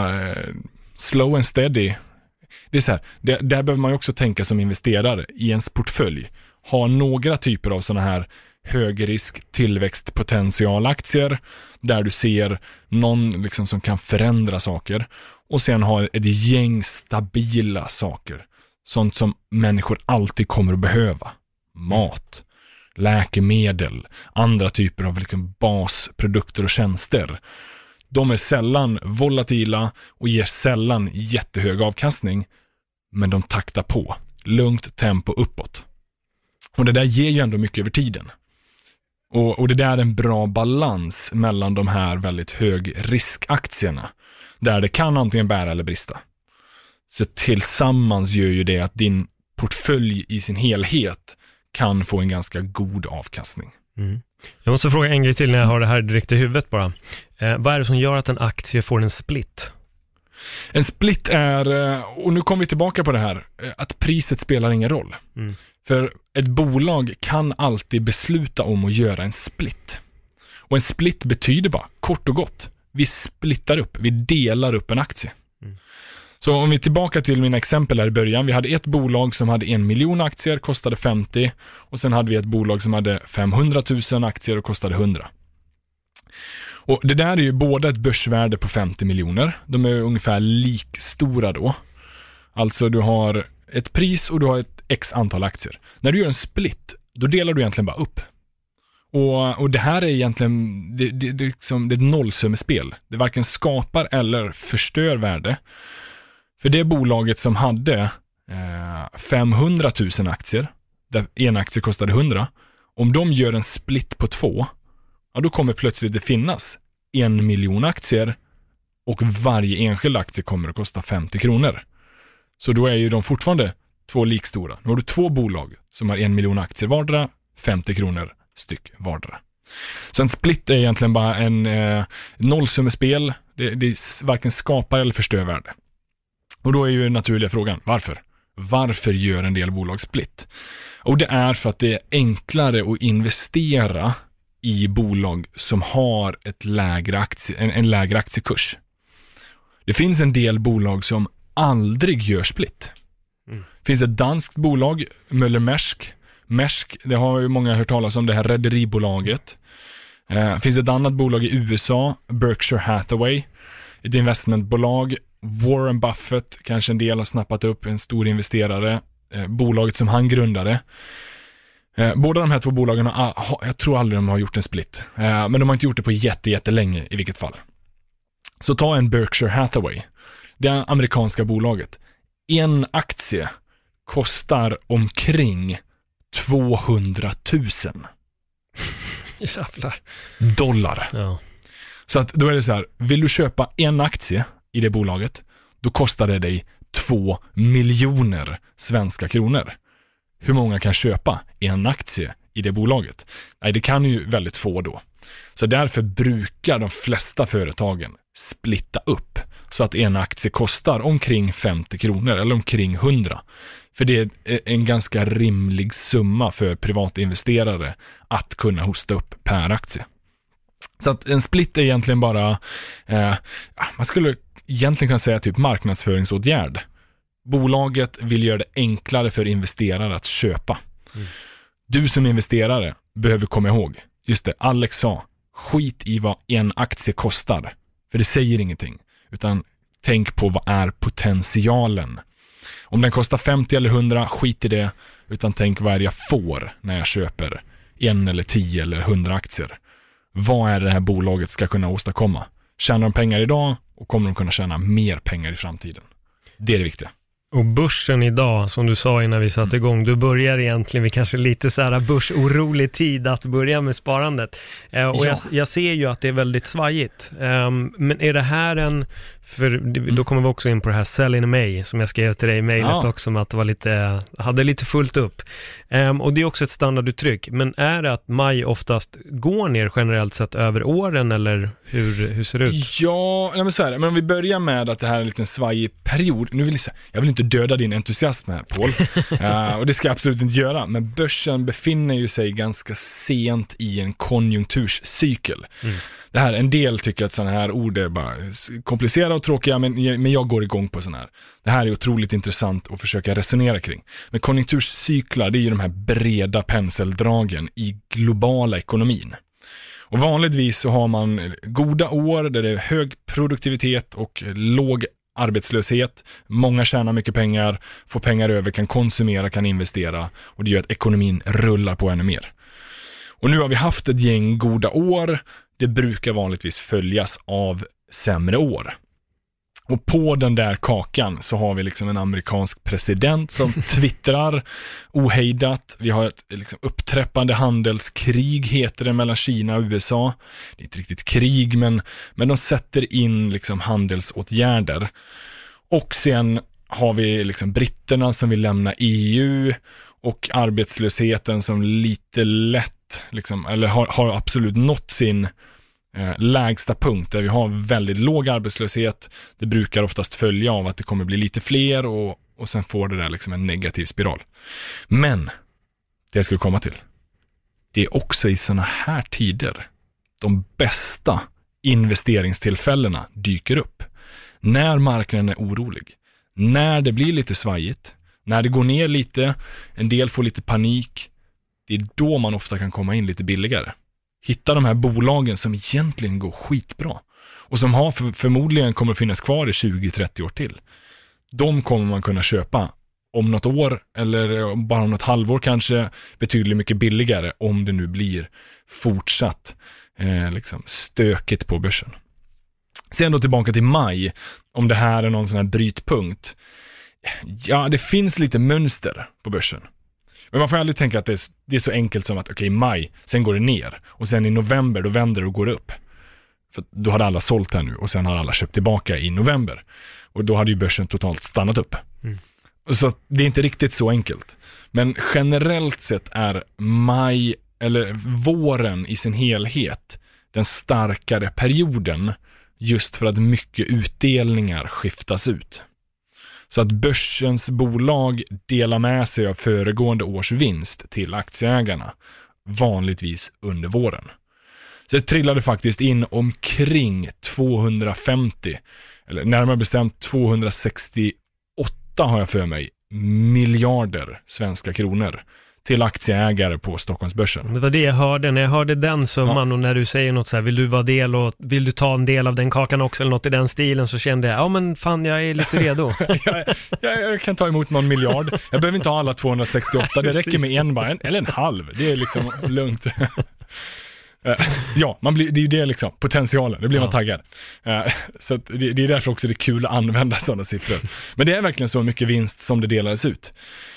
slow and steady. Det är så här, där behöver man ju också tänka som investerare i ens portfölj. Ha några typer av sådana här högrisk tillväxtpotentialaktier där du ser någon liksom som kan förändra saker, och sen ha ett gäng stabila saker. Sånt som människor alltid kommer att behöva. Mat, läkemedel, andra typer av liksom basprodukter och tjänster. De är sällan volatila och ger sällan jättehög avkastning, men de taktar på. Lugnt tempo uppåt. Och det där ger ju ändå mycket över tiden. Och det där är en bra balans mellan de här väldigt hög riskaktierna, där det kan antingen bära eller brista. Så tillsammans gör ju det att din portfölj i sin helhet kan få en ganska god avkastning. Jag måste fråga en grej till när jag har det här direkt i huvudet bara. Vad är det som gör att en aktie får en split? En split är, och nu kommer vi tillbaka på det här, att priset spelar ingen roll. För ett bolag kan alltid besluta om att göra en split. Och en split betyder bara, kort och gott, vi splittar upp, vi delar upp en aktie. Så om vi är tillbaka till mina exempel här i början. Vi hade ett bolag som hade 1 miljon aktier, kostade 50. Och sen hade vi ett bolag som hade 500 000 aktier och kostade 100. Och det där är ju båda ett börsvärde på 50 miljoner. De är ungefär likstora då. Alltså du har ett pris och du har ett x antal aktier. När du gör en split, då delar du egentligen bara upp. Och det här är egentligen det är ett nollsummespel. Det varken skapar eller förstör värde. För det bolaget som hade 500 000 aktier, där en aktie kostade 100, om de gör en split på 2, ja, då kommer plötsligt det finnas 1 miljon aktier och varje enskild aktie kommer att kosta 50 kronor. Så då är ju de fortfarande 2 likstora. Nu har du 2 bolag som har 1 miljon aktier vardera, 50 kronor styck vardera. Så en split är egentligen bara en nollsummespel. Det varken skapar eller förstör värde. Och då är ju den naturliga frågan, varför? Varför gör en del bolag split? Och det är för att det är enklare att investera i bolag som har en lägre aktiekurs. Det finns en del bolag som aldrig gör split. Det finns ett danskt bolag, Møller-Mærsk. Maersk, det har ju många hört talas om, det här rederibolaget. Finns ett annat bolag i USA, Berkshire Hathaway, ett investmentbolag. Warren Buffett, kanske en del har snappat upp, en stor investerare, bolaget som han grundade. Båda de här två bolagen jag tror aldrig de har gjort en split, men de har inte gjort det på jättelänge i vilket fall. Så ta en Berkshire Hathaway, det amerikanska bolaget. En aktie kostar omkring 200 000 Jävlar. dollar. Ja. Så att då är det så här, vill du köpa en aktie i det bolaget, då kostar det dig 2 miljoner svenska kronor. Hur många kan köpa en aktie i det bolaget? Nej, det kan ju väldigt få då. Så därför brukar de flesta företagen splitta upp så att en aktie kostar omkring 50 kronor eller omkring 100. För det är en ganska rimlig summa för privatinvesterare att kunna hosta upp per aktie. Så att en split är egentligen bara, man skulle egentligen kunna säga typ marknadsföringsåtgärd. Bolaget vill göra det enklare för investerare att köpa. Du som investerare behöver komma ihåg, just det, Alex sa, skit i vad en aktie kostar. För det säger ingenting. Utan tänk på vad är potentialen. Om den kostar 50 eller 100, skit i det. Utan tänk vad är det jag får när jag köper 1 eller 10 eller 100 aktier. Vad är det här bolaget ska kunna åstadkomma? Tjänar de pengar idag och kommer de kunna tjäna mer pengar i framtiden? Det är det viktiga. Och börsen idag, som du sa innan vi satte igång, du börjar egentligen vid kanske lite så här börsorolig tid att börja med sparandet. Och jag ser ju att det är väldigt svajigt. Men är det här för då kommer vi också in på det här Sell in May som jag skrev till dig i mejlet också, med att det var hade lite fullt upp. Och det är också ett standarduttryck. Men är det att maj oftast går ner generellt sett över åren, eller hur ser det ut? Ja, men så här, men om vi börjar med att det här är en liten svajig period. Jag vill inte döda din entusiasm här, Paul. Och det ska jag absolut inte göra. Men börsen befinner ju sig ganska sent i en konjunkturscykel. Det här, en del tycker att sådana här ord är bara komplicerade och tråkiga, men jag går igång på sådana här. Det här är otroligt intressant att försöka resonera kring. Men konjunkturscyklar, det är ju de här breda penseldragen i globala ekonomin. Och vanligtvis så har man goda år där det är hög produktivitet och låg arbetslöshet. Många tjänar mycket pengar, får pengar över, kan konsumera, kan investera, och det gör att ekonomin rullar på ännu mer. Och nu har vi haft ett gäng goda år. Det brukar vanligtvis följas av sämre år. Och på den där kakan så har vi liksom en amerikansk president som twittrar ohejdat. Vi har ett liksom uppträppande handelskrig, heter det, mellan Kina och USA. Det är inte riktigt krig, men de sätter in liksom handelsåtgärder. Och sen har vi liksom britterna som vill lämna EU, och arbetslösheten som lite lätt liksom, eller har absolut nått sin lägsta punkt, där vi har väldigt låg arbetslöshet. Det brukar oftast följa av att det kommer bli lite fler, och sen får det där liksom en negativ spiral. Men det jag skulle komma till, det är också i såna här tider de bästa investeringstillfällena dyker upp. När marknaden är orolig, när det blir lite svajigt, när det går ner lite, en del får lite panik, det är då man ofta kan komma in lite billigare. Hitta de här bolagen som egentligen går skitbra och som har förmodligen kommer att finnas kvar i 20-30 år till. De kommer man kunna köpa om något år, eller bara om något halvår kanske, betydligt mycket billigare, om det nu blir fortsatt liksom stökigt på börsen. Sen då tillbaka till maj, om det här är någon sån här brytpunkt. Ja, det finns lite mönster på börsen. Men man får aldrig tänka att det är så enkelt som att okej, maj, sen går det ner. Och sen i november, då vänder det och går upp. För då hade alla sålt här nu, och sen har alla köpt tillbaka i november. Och då hade ju börsen totalt stannat upp. Så det är inte riktigt så enkelt. Men generellt sett är maj, eller våren i sin helhet, den starkare perioden, just för att mycket utdelningar skiftas ut. Så att börsens bolag delar med sig av föregående års vinst till aktieägarna, vanligtvis under våren. Så det trillade faktiskt in omkring 250, eller närmare bestämt 268 har jag för mig, miljarder svenska kronor till aktieägare på Stockholmsbörsen. Det var det jag hörde. När jag hörde den summan och när du säger något så här, vill du ta en del av den kakan också eller något i den stilen, så kände jag, ja men fan, jag är lite redo. jag kan ta emot någon miljard. Jag behöver inte ha alla 268, det räcker med en bara, eller en halv. Det är liksom lugnt. Ja, det är ju det liksom, potentialen, det blir man taggad. Så att det är därför också det är kul att använda sådana siffror. Men det är verkligen så mycket vinst som det delades ut.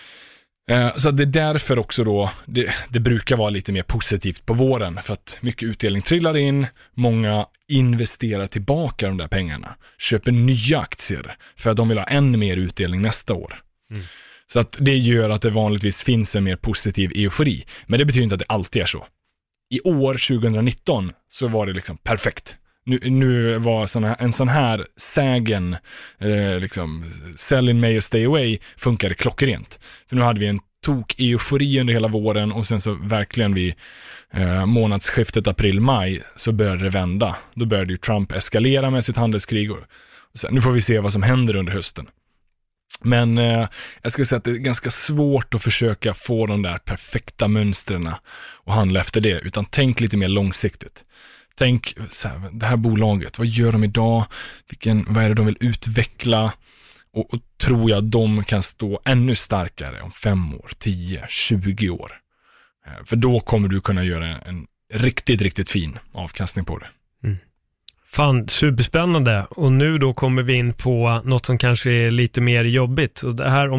Så det är därför också då, det brukar vara lite mer positivt på våren, för att mycket utdelning trillar in, många investerar tillbaka de där pengarna, köper nya aktier för att de vill ha ännu mer utdelning nästa år. Så att det gör att det vanligtvis finns en mer positiv eufori, men det betyder inte att det alltid är så. I år 2019 så var det liksom perfekt. Nu var en sån här sägen, liksom sell in May och stay away, funkade klockrent. För nu hade vi en eufori under hela våren, och sen så verkligen vid månadsskiftet april-maj så började det vända. Då började ju Trump eskalera med sitt handelskrig. Så nu får vi se vad som händer under hösten. Men jag skulle säga att det är ganska svårt att försöka få de där perfekta mönstren och handla efter det, utan tänk lite mer långsiktigt. Tänk så här, det här bolaget, vad gör de idag? Vad är det de vill utveckla? Och tror jag de kan stå ännu starkare om 5 år, 10, 20 år. För då kommer du kunna göra en riktigt, riktigt fin avkastning på det. Fan, superspännande. Och nu då kommer vi in på något som kanske är lite mer jobbigt. Och det här,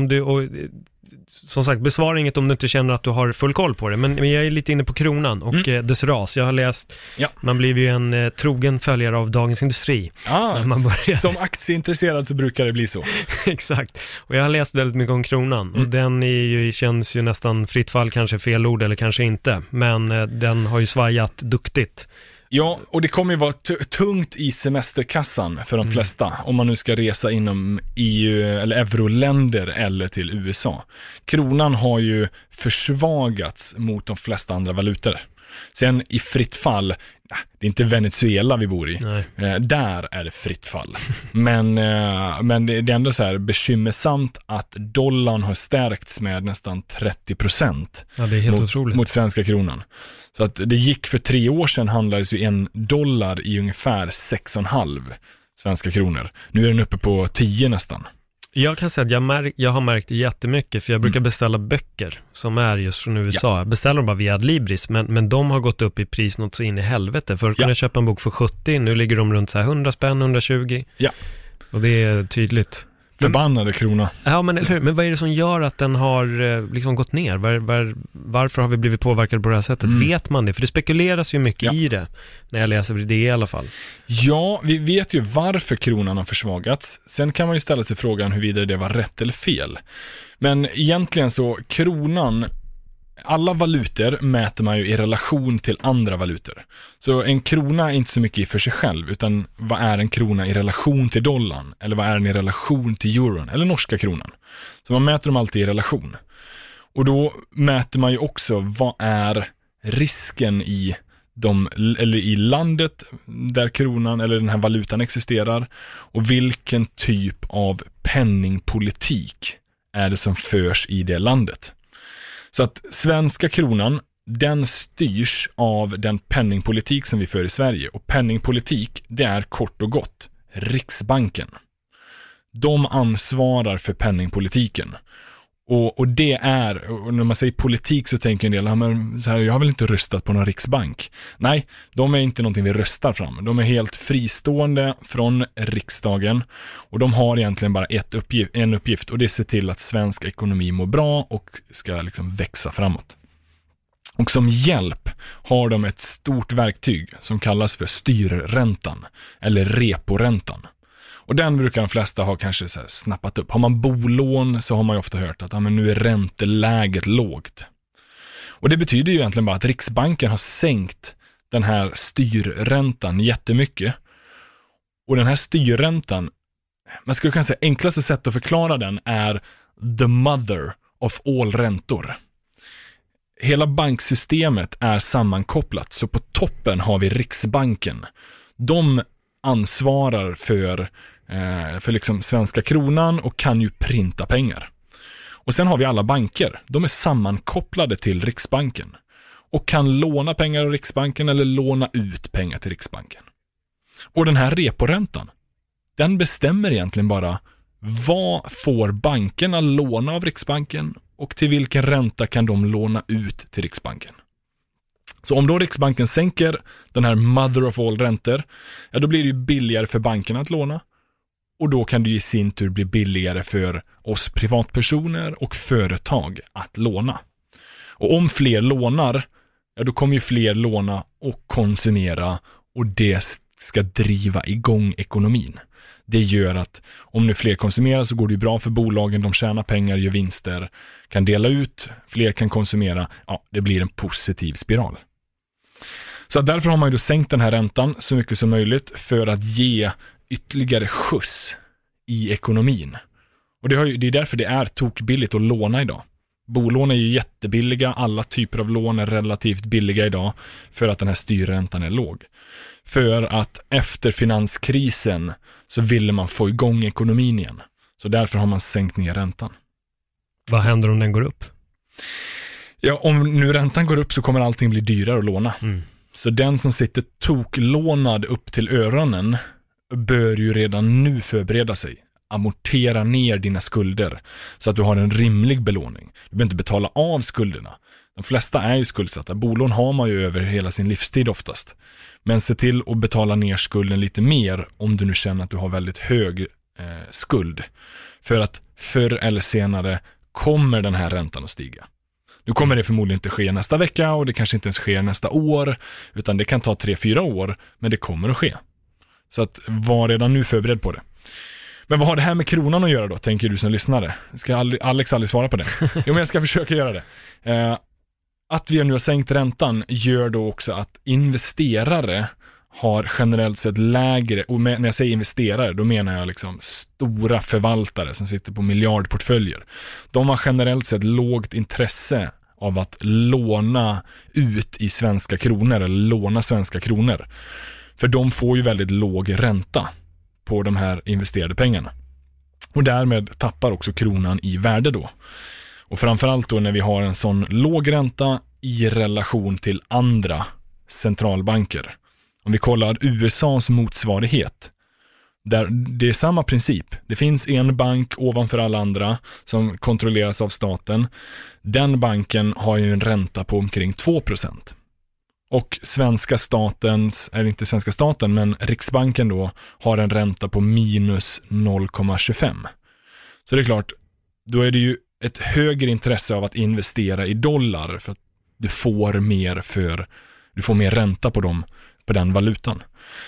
som sagt, besvara inget om du inte känner att du har full koll på det. Men jag är lite inne på kronan och dess ras. Jag har läst, man blir ju en trogen följare av Dagens Industri. Som aktieintresserad så brukar det bli så. Exakt. Och jag har läst väldigt mycket om kronan. Och den känns ju nästan fritt fall, kanske fel ord eller kanske inte. Men den har ju svajat duktigt. Ja, och det kommer ju vara tungt i semesterkassan för de flesta, om man nu ska resa inom EU eller euroländer eller till USA. Kronan har ju försvagats mot de flesta andra valutor. Sen i fritt fall, det är inte Venezuela vi bor i. Där är det fritt fall. Men det är ändå så här bekymmersamt att dollarn har stärkts med nästan 30%. Ja, det är helt otroligt. Mot svenska kronan. Så att det gick för 3 år sedan, handlades ju $1 i ungefär 6,5 svenska kronor. Nu är den uppe på 10 nästan. Jag kan säga att jag har märkt jättemycket, för jag brukar beställa böcker som är just från USA. Jag beställer dem bara via Adlibris, men de har gått upp i pris något så in i helvete. Förr kunde jag köpa en bok för 70, nu ligger de runt så här 100 spänn, 120. Ja. Och det är tydligt. Förbannade krona. Ja, men eller hur? Men vad är det som gör att den har liksom gått ner? Varför har vi blivit påverkade på det här sättet? Vet man det? För det spekuleras ju mycket i det, när jag läser det i alla fall. Ja, vi vet ju varför kronan har försvagats. Sen kan man ju ställa sig frågan huruvida det var rätt eller fel. Men egentligen så, kronan, alla valutor mäter man ju i relation till andra valutor. Så en krona är inte så mycket för sig själv, utan vad är en krona i relation till dollarn? Eller vad är den i relation till euron? Eller norska kronan? Så man mäter dem alltid i relation. Och då mäter man ju också vad är risken i landet där kronan eller den här valutan existerar, och vilken typ av penningpolitik är det som förs i det landet. Så att svenska kronan, den styrs av den penningpolitik som vi för i Sverige. Och penningpolitik, det är kort och gott Riksbanken. De ansvarar för penningpolitiken. Och det är, och när man säger politik så tänker en del, men så här, jag har väl inte röstat på någon riksbank. Nej, de är inte någonting vi röstar fram. De är helt fristående från riksdagen, och de har egentligen bara en uppgift, och det är att se till att svensk ekonomi mår bra och ska liksom växa framåt. Och som hjälp har de ett stort verktyg som kallas för styrräntan eller reporäntan. Och den brukar de flesta ha kanske så här snappat upp. Har man bolån så har man ju ofta hört att men nu är ränteläget lågt. Och det betyder ju egentligen bara att Riksbanken har sänkt den här styrräntan jättemycket. Och den här styrräntan, man skulle kunna säga enklaste sätt att förklara den är the mother of all räntor. Hela banksystemet är sammankopplat, så på toppen har vi Riksbanken. De ansvarar för liksom svenska kronan och kan ju printa pengar. Och sen har vi alla banker. De är sammankopplade till Riksbanken och kan låna pengar av Riksbanken eller låna ut pengar till Riksbanken. Och den här reporäntan, den bestämmer egentligen bara vad får bankerna låna av Riksbanken och till vilken ränta kan de låna ut till Riksbanken. Så om då Riksbanken sänker den här mother of all räntor, ja, då blir det ju billigare för bankerna att låna. Och då kan det ju i sin tur bli billigare för oss privatpersoner och företag att låna. Och om fler lånar, ja, då kommer ju fler låna och konsumera, och det ska driva igång ekonomin. Det gör att om nu fler konsumerar så går det ju bra för bolagen, de tjänar pengar, gör vinster, kan dela ut, fler kan konsumera, ja, det blir en positiv spiral. Så därför har man ju då sänkt den här räntan så mycket som möjligt för att ge ytterligare skjuts i ekonomin. Och det är därför det är tokbilligt att låna idag. Bolån är ju jättebilliga, alla typer av lån är relativt billiga idag för att den här styrräntan är låg. För att efter finanskrisen så ville man få igång ekonomin igen. Så därför har man sänkt ner räntan. Vad händer om den går upp? Ja, om nu räntan går upp så kommer allting bli dyrare att låna. Så den som sitter toklånad upp till öronen bör ju redan nu förbereda sig. Amortera ner dina skulder så att du har en rimlig belåning. Du behöver inte betala av skulderna. De flesta är ju skuldsatta. Bolån har man ju över hela sin livstid oftast. Men se till att betala ner skulden lite mer om du nu känner att du har väldigt hög skuld. För att förr eller senare kommer den här räntan att stiga. Nu kommer det förmodligen inte ske nästa vecka och det kanske inte ens sker nästa år, utan det kan ta 3-4 år, men det kommer att ske. Så att var redan nu förberedd på det. Men vad har det här med kronan att göra då, tänker du som lyssnare? Ska Alex aldrig svara på det? Jo, men jag ska försöka göra det. Att vi nu har sänkt räntan gör då också att investerare har generellt sett lägre, och när jag säger investerare då menar jag liksom stora förvaltare som sitter på miljardportföljer. De har generellt sett lågt intresse av att låna ut i svenska kronor eller låna svenska kronor. För de får ju väldigt låg ränta på de här investerade pengarna. Och därmed tappar också kronan i värde då. Och framförallt då när vi har en sån låg ränta i relation till andra centralbanker. Om vi kollar USAs motsvarighet, där det är samma princip. Det finns en bank ovanför alla andra som kontrolleras av staten. Den banken har ju en ränta på omkring 2%. Och svenska statens, eller inte svenska staten, men Riksbanken då har en ränta på minus 0,25. Så det är klart, då är det ju ett högre intresse av att investera i dollar för att du får mer ränta på den valutan.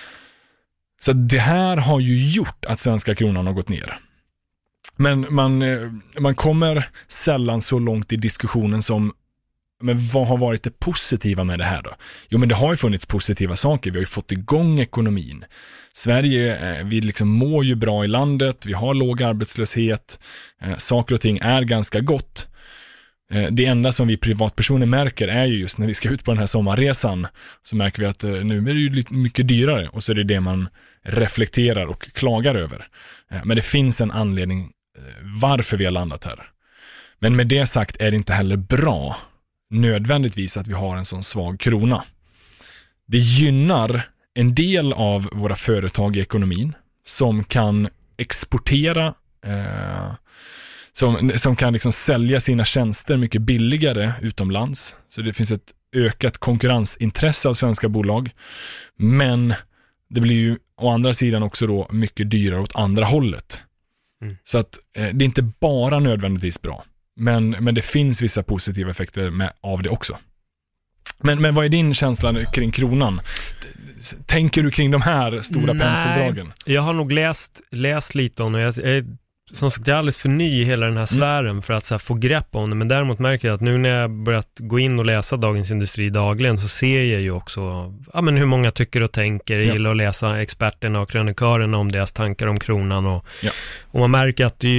Så det här har ju gjort att svenska kronan har gått ner. Men man kommer sällan så långt i diskussionen som, men vad har varit det positiva med det här då? Jo, men det har ju funnits positiva saker. Vi har ju fått igång ekonomin. Sverige, vi liksom mår ju bra i landet. Vi har låg arbetslöshet. Saker och ting är ganska gott. Det enda som vi privatpersoner märker är ju just när vi ska ut på den här sommarresan, så märker vi att nu är det ju lite mycket dyrare, och så är det man reflekterar och klagar över. Men det finns en anledning varför vi har landat här. Men med det sagt är det inte heller bra nödvändigtvis att vi har en sån svag krona. Det gynnar en del av våra företag i ekonomin som kan exportera, som kan liksom sälja sina tjänster mycket billigare utomlands. Så det finns ett ökat konkurrensintresse av svenska bolag. Men det blir ju å andra sidan också då mycket dyrare åt andra hållet. Så att det är inte bara nödvändigtvis bra. Men det finns vissa positiva effekter av det också. Men vad är din känsla kring kronan? Tänker du kring de här stora penseldragen? Jag har nog läst lite om det. Som sagt, jag är alldeles för ny i hela den här sfären för att så här, få grepp om det. Men däremot märker jag att nu när jag börjat gå in och läsa Dagens Industri dagligen, så ser jag ju också hur många tycker och tänker. Jag gillar att läsa experterna och krönikörerna om deras tankar om kronan. Och man märker att det är ju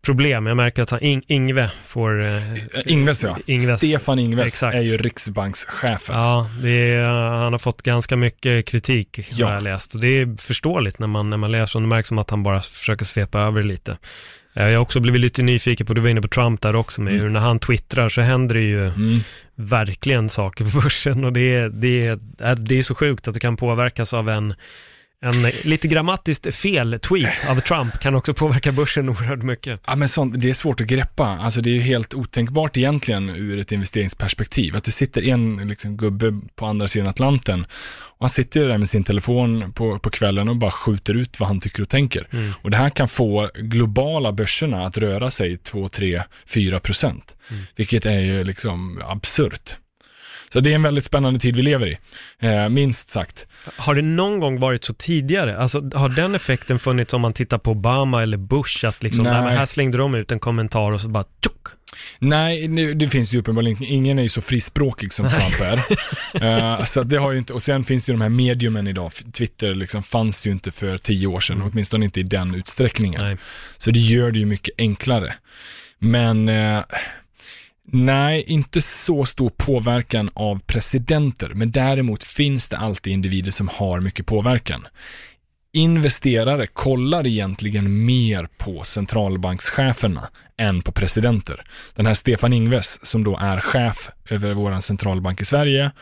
problem. Jag märker att Ingve får... Ingves, ja. Stefan Ingves exakt. är ju riksbankschefen. Ja, han har fått ganska mycket kritik, har jag läst. Och det är förståeligt när man läser, och det märks som att han bara försöker svepa över lite. Jag har också blivit lite nyfiken på, du var inne på Trump där också, med hur när han twittrar så händer det ju verkligen saker på börsen, och det är så sjukt att det kan påverkas av en lite grammatiskt fel tweet av Trump kan också påverka börsen oerhört mycket. Ja, men det är svårt att greppa. Alltså det är ju helt otänkbart egentligen ur ett investeringsperspektiv. Att det sitter en liksom gubbe på andra sidan Atlanten och han sitter där med sin telefon på kvällen och bara skjuter ut vad han tycker och tänker. Och det här kan få globala börserna att röra sig 2, 3, 4%. Vilket är ju liksom absurt. Så det är en väldigt spännande tid vi lever i, minst sagt. Har det någon gång varit så tidigare? Alltså, har den effekten funnits om man tittar på Obama eller Bush? Att liksom, här slängde de ut en kommentar och så bara tjuk. Nej, det finns ju uppenbarligen, ingen är ju så frispråkig som Trump är. Så det har ju inte, och sen finns det ju de här mediumen idag. Twitter liksom fanns ju inte för 10 år sedan, åtminstone inte i den utsträckningen. Nej. Så det gör det ju mycket enklare. Men... nej, inte så stor påverkan av presidenter, men däremot finns det alltid individer som har mycket påverkan. Investerare kollar egentligen mer på centralbankscheferna än på presidenter. Den här Stefan Ingves som då är chef över våran centralbank i Sverige,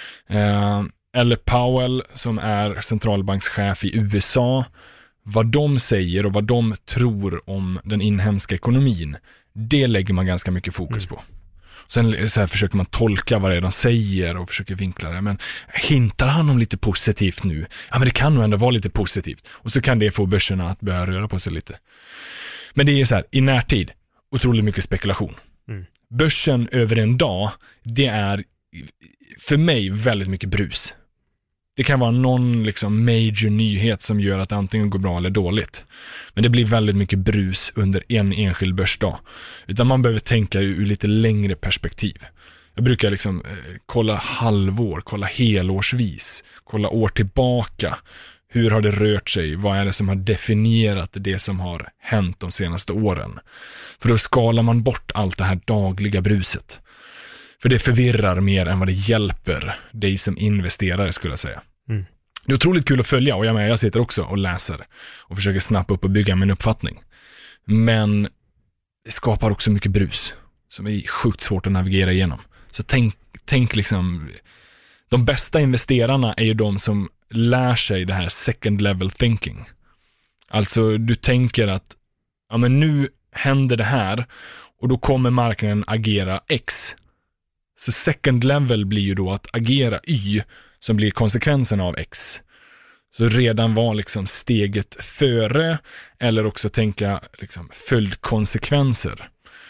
eller Powell som är centralbankschef i USA, vad de säger och vad de tror om den inhemska ekonomin, det lägger man ganska mycket fokus på. Sen så här försöker man tolka vad det är de säger och försöker vinkla det. Men hintar han om lite positivt nu? Ja, men det kan nog ändå vara lite positivt. Och så kan det få börserna att börja röra på sig lite. Men det är så här, i närtid, otroligt mycket spekulation. Börsen över en dag, det är för mig väldigt mycket brus. Det kan vara någon liksom major nyhet som gör att antingen går bra eller dåligt. Men det blir väldigt mycket brus under en enskild börsdag. Utan man behöver tänka ur lite längre perspektiv. Jag brukar liksom kolla halvår, kolla helårsvis, kolla år tillbaka. Hur har det rört sig? Vad är det som har definierat det som har hänt de senaste åren? För då skalar man bort allt det här dagliga bruset. För det förvirrar mer än vad det hjälper dig som investerare, skulle jag säga. Det är otroligt kul att följa, och jag sitter också och läser och försöker snappa upp och bygga min uppfattning. Men det skapar också mycket brus som är sjukt svårt att navigera igenom. Så tänk liksom, de bästa investerarna är ju de som lär sig det här second level thinking. Alltså du tänker att ja, men nu händer det här och då kommer marknaden agera X. Så second level blir ju då att agera Y som blir konsekvensen av X. Så redan var liksom steget före, eller också tänka liksom följdkonsekvenser.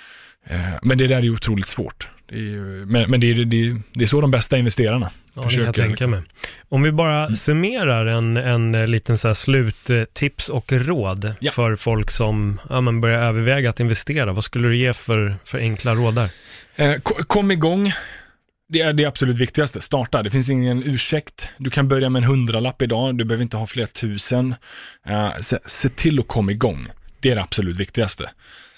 Men det där är ju otroligt svårt. Men det är så de bästa investerarna försöker. Jag tänka mig. Om vi bara summerar en liten så här sluttips och råd för folk som börjar överväga att investera. Vad skulle du ge för enkla råd där? Kom igång. Det är det absolut viktigaste. Starta. Det finns ingen ursäkt. Du kan börja med en 100-lapp idag. Du behöver inte ha flera tusen. Se till att komma igång. Det är det absolut viktigaste.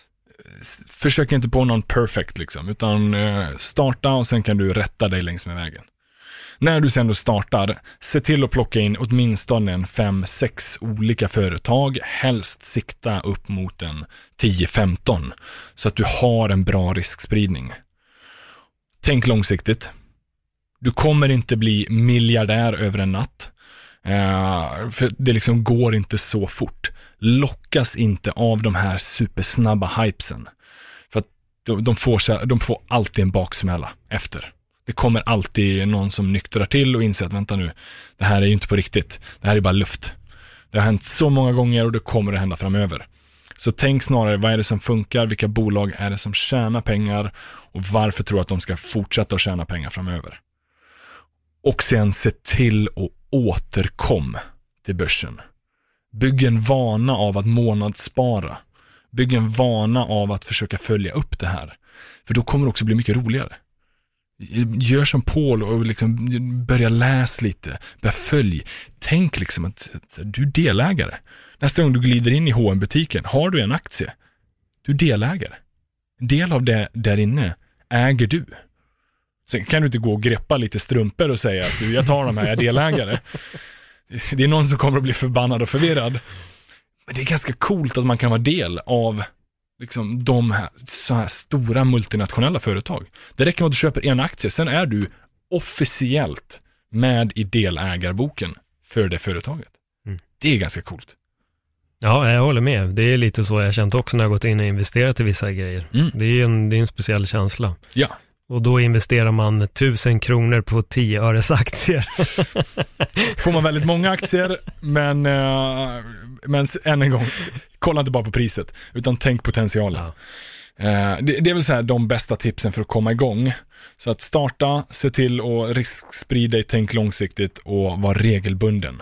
Försök inte på någon perfect liksom, utan starta och sen kan du rätta dig längs med vägen. När du sen då startar, se till att plocka in åtminstone 5-6 olika företag, helst sikta upp mot en 10-15, så att du har en bra riskspridning. Tänk långsiktigt. Du kommer inte bli miljardär över en natt. För det liksom går inte så fort. Lockas inte av de här supersnabba hypesen. För att de får alltid en baksmälla efter. Det kommer alltid någon som nyktrar till och inser att vänta nu, det här är ju inte på riktigt. Det här är bara luft. Det har hänt så många gånger och det kommer att hända framöver. Så tänk snarare, vad är det som funkar? Vilka bolag är det som tjänar pengar? Och varför tror att de ska fortsätta att tjäna pengar framöver? Och sen se till att återkomma till börsen. Bygg en vana av att månadsspara. Bygg en vana av att försöka följa upp det här. För då kommer det också bli mycket roligare. Gör som Paul och liksom börja läsa lite. Börja följ. Tänk liksom att du är delägare. Nästa gång du glider in i H&M-butiken, har du en aktie? Du är delägare. En del av det där inne äger du. Sen kan du inte gå och greppa lite strumpor och säga att jag tar de här, jag är delägare. Det är någon som kommer att bli förbannad och förvirrad. Men det är ganska coolt att man kan vara del av liksom de här, så här stora multinationella företag. Det räcker med att du köper en aktie, sen är du officiellt med i delägarboken för det företaget. Det är ganska coolt. Ja, jag håller med. Det är lite så jag känt också när jag gått in och investerat i vissa grejer. Det är en speciell känsla. Ja. Och då investerar man 1000 kronor på 10 öres aktier. Får man väldigt många aktier, men än en gång, kolla inte bara på priset, utan tänk potentialen. Ja. Det är väl så här de bästa tipsen för att komma igång. Så att starta, se till att risksprida dig, tänk långsiktigt och vara regelbunden.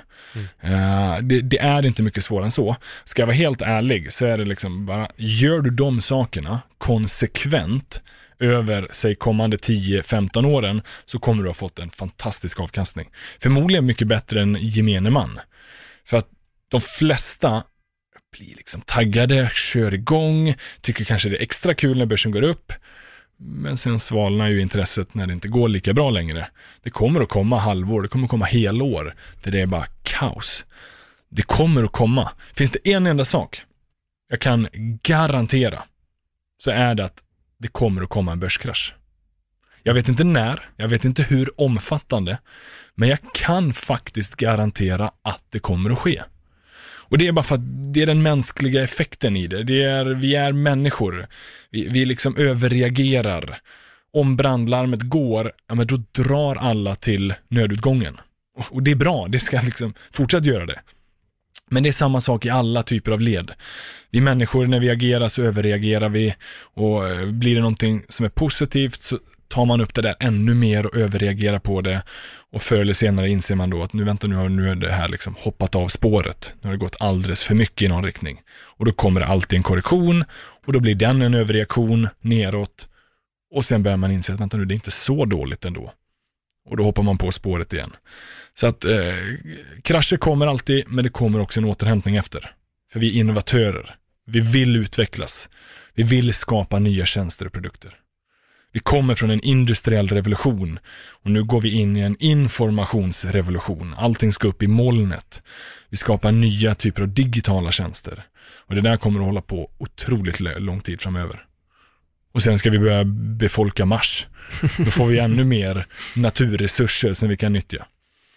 Det är inte mycket svårare än så. Ska jag vara helt ärlig så är det liksom bara, gör du de sakerna konsekvent över sig kommande 10-15 åren, så kommer du ha fått en fantastisk avkastning. Förmodligen mycket bättre än gemene man. För att de flesta blir liksom taggade, kör igång, tycker kanske det är extra kul när börsen går upp, men sen svalnar ju intresset när det inte går lika bra längre. Det kommer att komma halvår, det kommer att komma helår där det är bara kaos. Det kommer att komma. Finns det en enda sak jag kan garantera, så är det att det kommer att komma en börskrasch. Jag vet inte när, jag vet inte hur omfattande, men jag kan faktiskt garantera att det kommer att ske. Och det är bara för att det är den mänskliga effekten i det. Vi är människor. Vi liksom överreagerar. Om brandlarmet går, ja, men då drar alla till nödutgången. Och det är bra, det ska liksom fortsätta göra det. Men det är samma sak i alla typer av led. Vi människor, när vi agerar så överreagerar vi. Och blir det någonting som är positivt så tar man upp det där ännu mer och överreagerar på det. Och förr eller senare inser man då att nu har det här liksom hoppat av spåret. Nu har det gått alldeles för mycket i någon riktning. Och då kommer det alltid en korrektion. Och då blir den en överreaktion neråt. Och sen börjar man inse att vänta nu, det är inte så dåligt ändå. Och då hoppar man på spåret igen. Så att krascher kommer alltid, men det kommer också en återhämtning efter. För vi är innovatörer. Vi vill utvecklas. Vi vill skapa nya tjänster och produkter. Vi kommer från en industriell revolution och nu går vi in i en informationsrevolution. Allting ska upp i molnet. Vi skapar nya typer av digitala tjänster. Och det där kommer att hålla på otroligt lång tid framöver. Och sen ska vi börja befolka Mars. Då får vi ännu mer naturresurser som vi kan nyttja.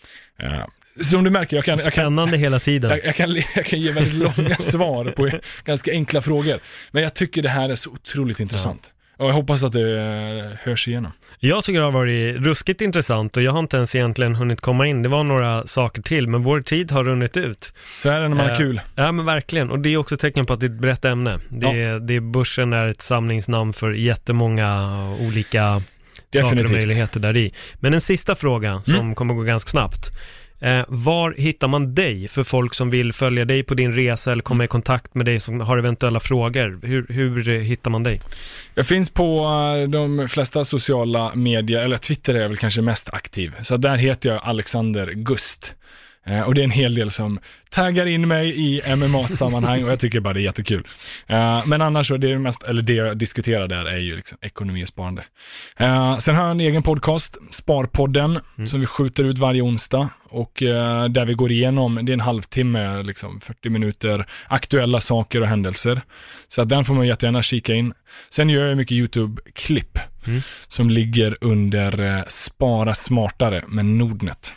Som du märker, jag kan spännande hela tiden. Jag kan ge väldigt långa svar på ganska enkla frågor. Men jag tycker det här är så otroligt intressant. Ja. Och jag hoppas att det hörs igenom. Jag tycker det har varit ruskigt intressant och jag har inte ens egentligen hunnit komma in. Det var några saker till, men vår tid har runnit ut. Så är det när man är kul. Ja, men verkligen. Och det är också tecken på att det är ett brett ämne. Börsen är ett samlingsnamn för jättemånga olika saker och möjligheter där i. Men en sista fråga som kommer gå ganska snabbt. Var hittar man dig för folk som vill följa dig på din resa eller komma i kontakt med dig som har eventuella frågor? Hur hittar man dig? Jag finns på de flesta sociala medier, eller Twitter är jag väl kanske mest aktiv. Så där heter jag Alexander Gust. Och det är en hel del som taggar in mig i MMA-sammanhang och jag tycker bara det är jättekul. Men annars så det mest, eller det jag diskuterar där är ju liksom ekonomi och sparande. Sen har jag en egen podcast, Sparpodden, som vi skjuter ut varje onsdag och där vi går igenom, det är en halvtimme, liksom 40 minuter aktuella saker och händelser. Så att den får man jättegärna kika in. Sen gör jag mycket YouTube-klipp som ligger under Spara smartare med Nordnet.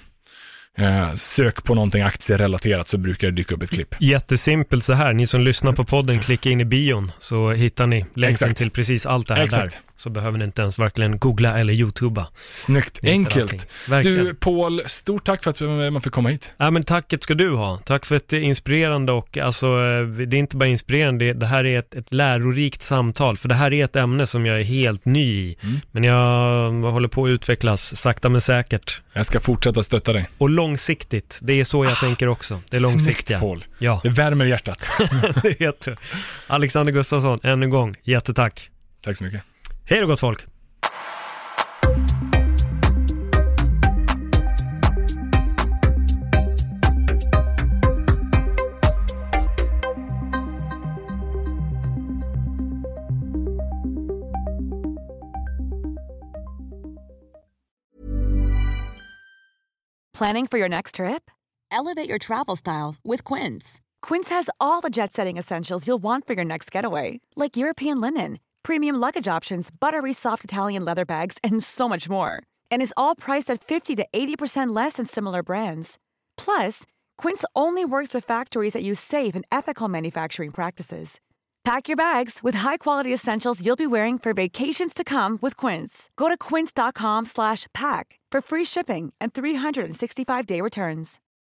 Sök på någonting aktierelaterat så brukar det dyka upp ett klipp. Jättesimpelt så här, ni som lyssnar på podden, klicka in i bion så hittar ni länken till precis allt det här. Exakt. Där. Så behöver ni inte ens verkligen googla eller YouTuba. Snyggt, enkelt. Du Paul, stort tack för att man fick komma hit. Ja, men tacket ska du ha. Tack för ett inspirerande och alltså, det är inte bara inspirerande, det här är ett lärorikt samtal. För det här är ett ämne som jag är helt ny i. Men jag håller på att utvecklas sakta men säkert. Jag ska fortsätta stötta dig. Och långsiktigt, det är så jag tänker också. Det är långsiktigt. Snyggt, Paul. Ja. Det värmer hjärtat. Det heter Alexander Gustafsson, ännu en gång, jättetack. Tack så mycket. Hej då gott folk! Planning for your next trip? Elevate your travel style with Quince. Quince has all the jet-setting essentials you'll want for your next getaway, like European linen, premium luggage options, buttery soft Italian leather bags, and so much more. And is all priced at 50 to 80% less than similar brands. Plus, Quince only works with factories that use safe and ethical manufacturing practices. Pack your bags with high-quality essentials you'll be wearing for vacations to come with Quince. Go to quince.com/pack for free shipping and 365-day returns.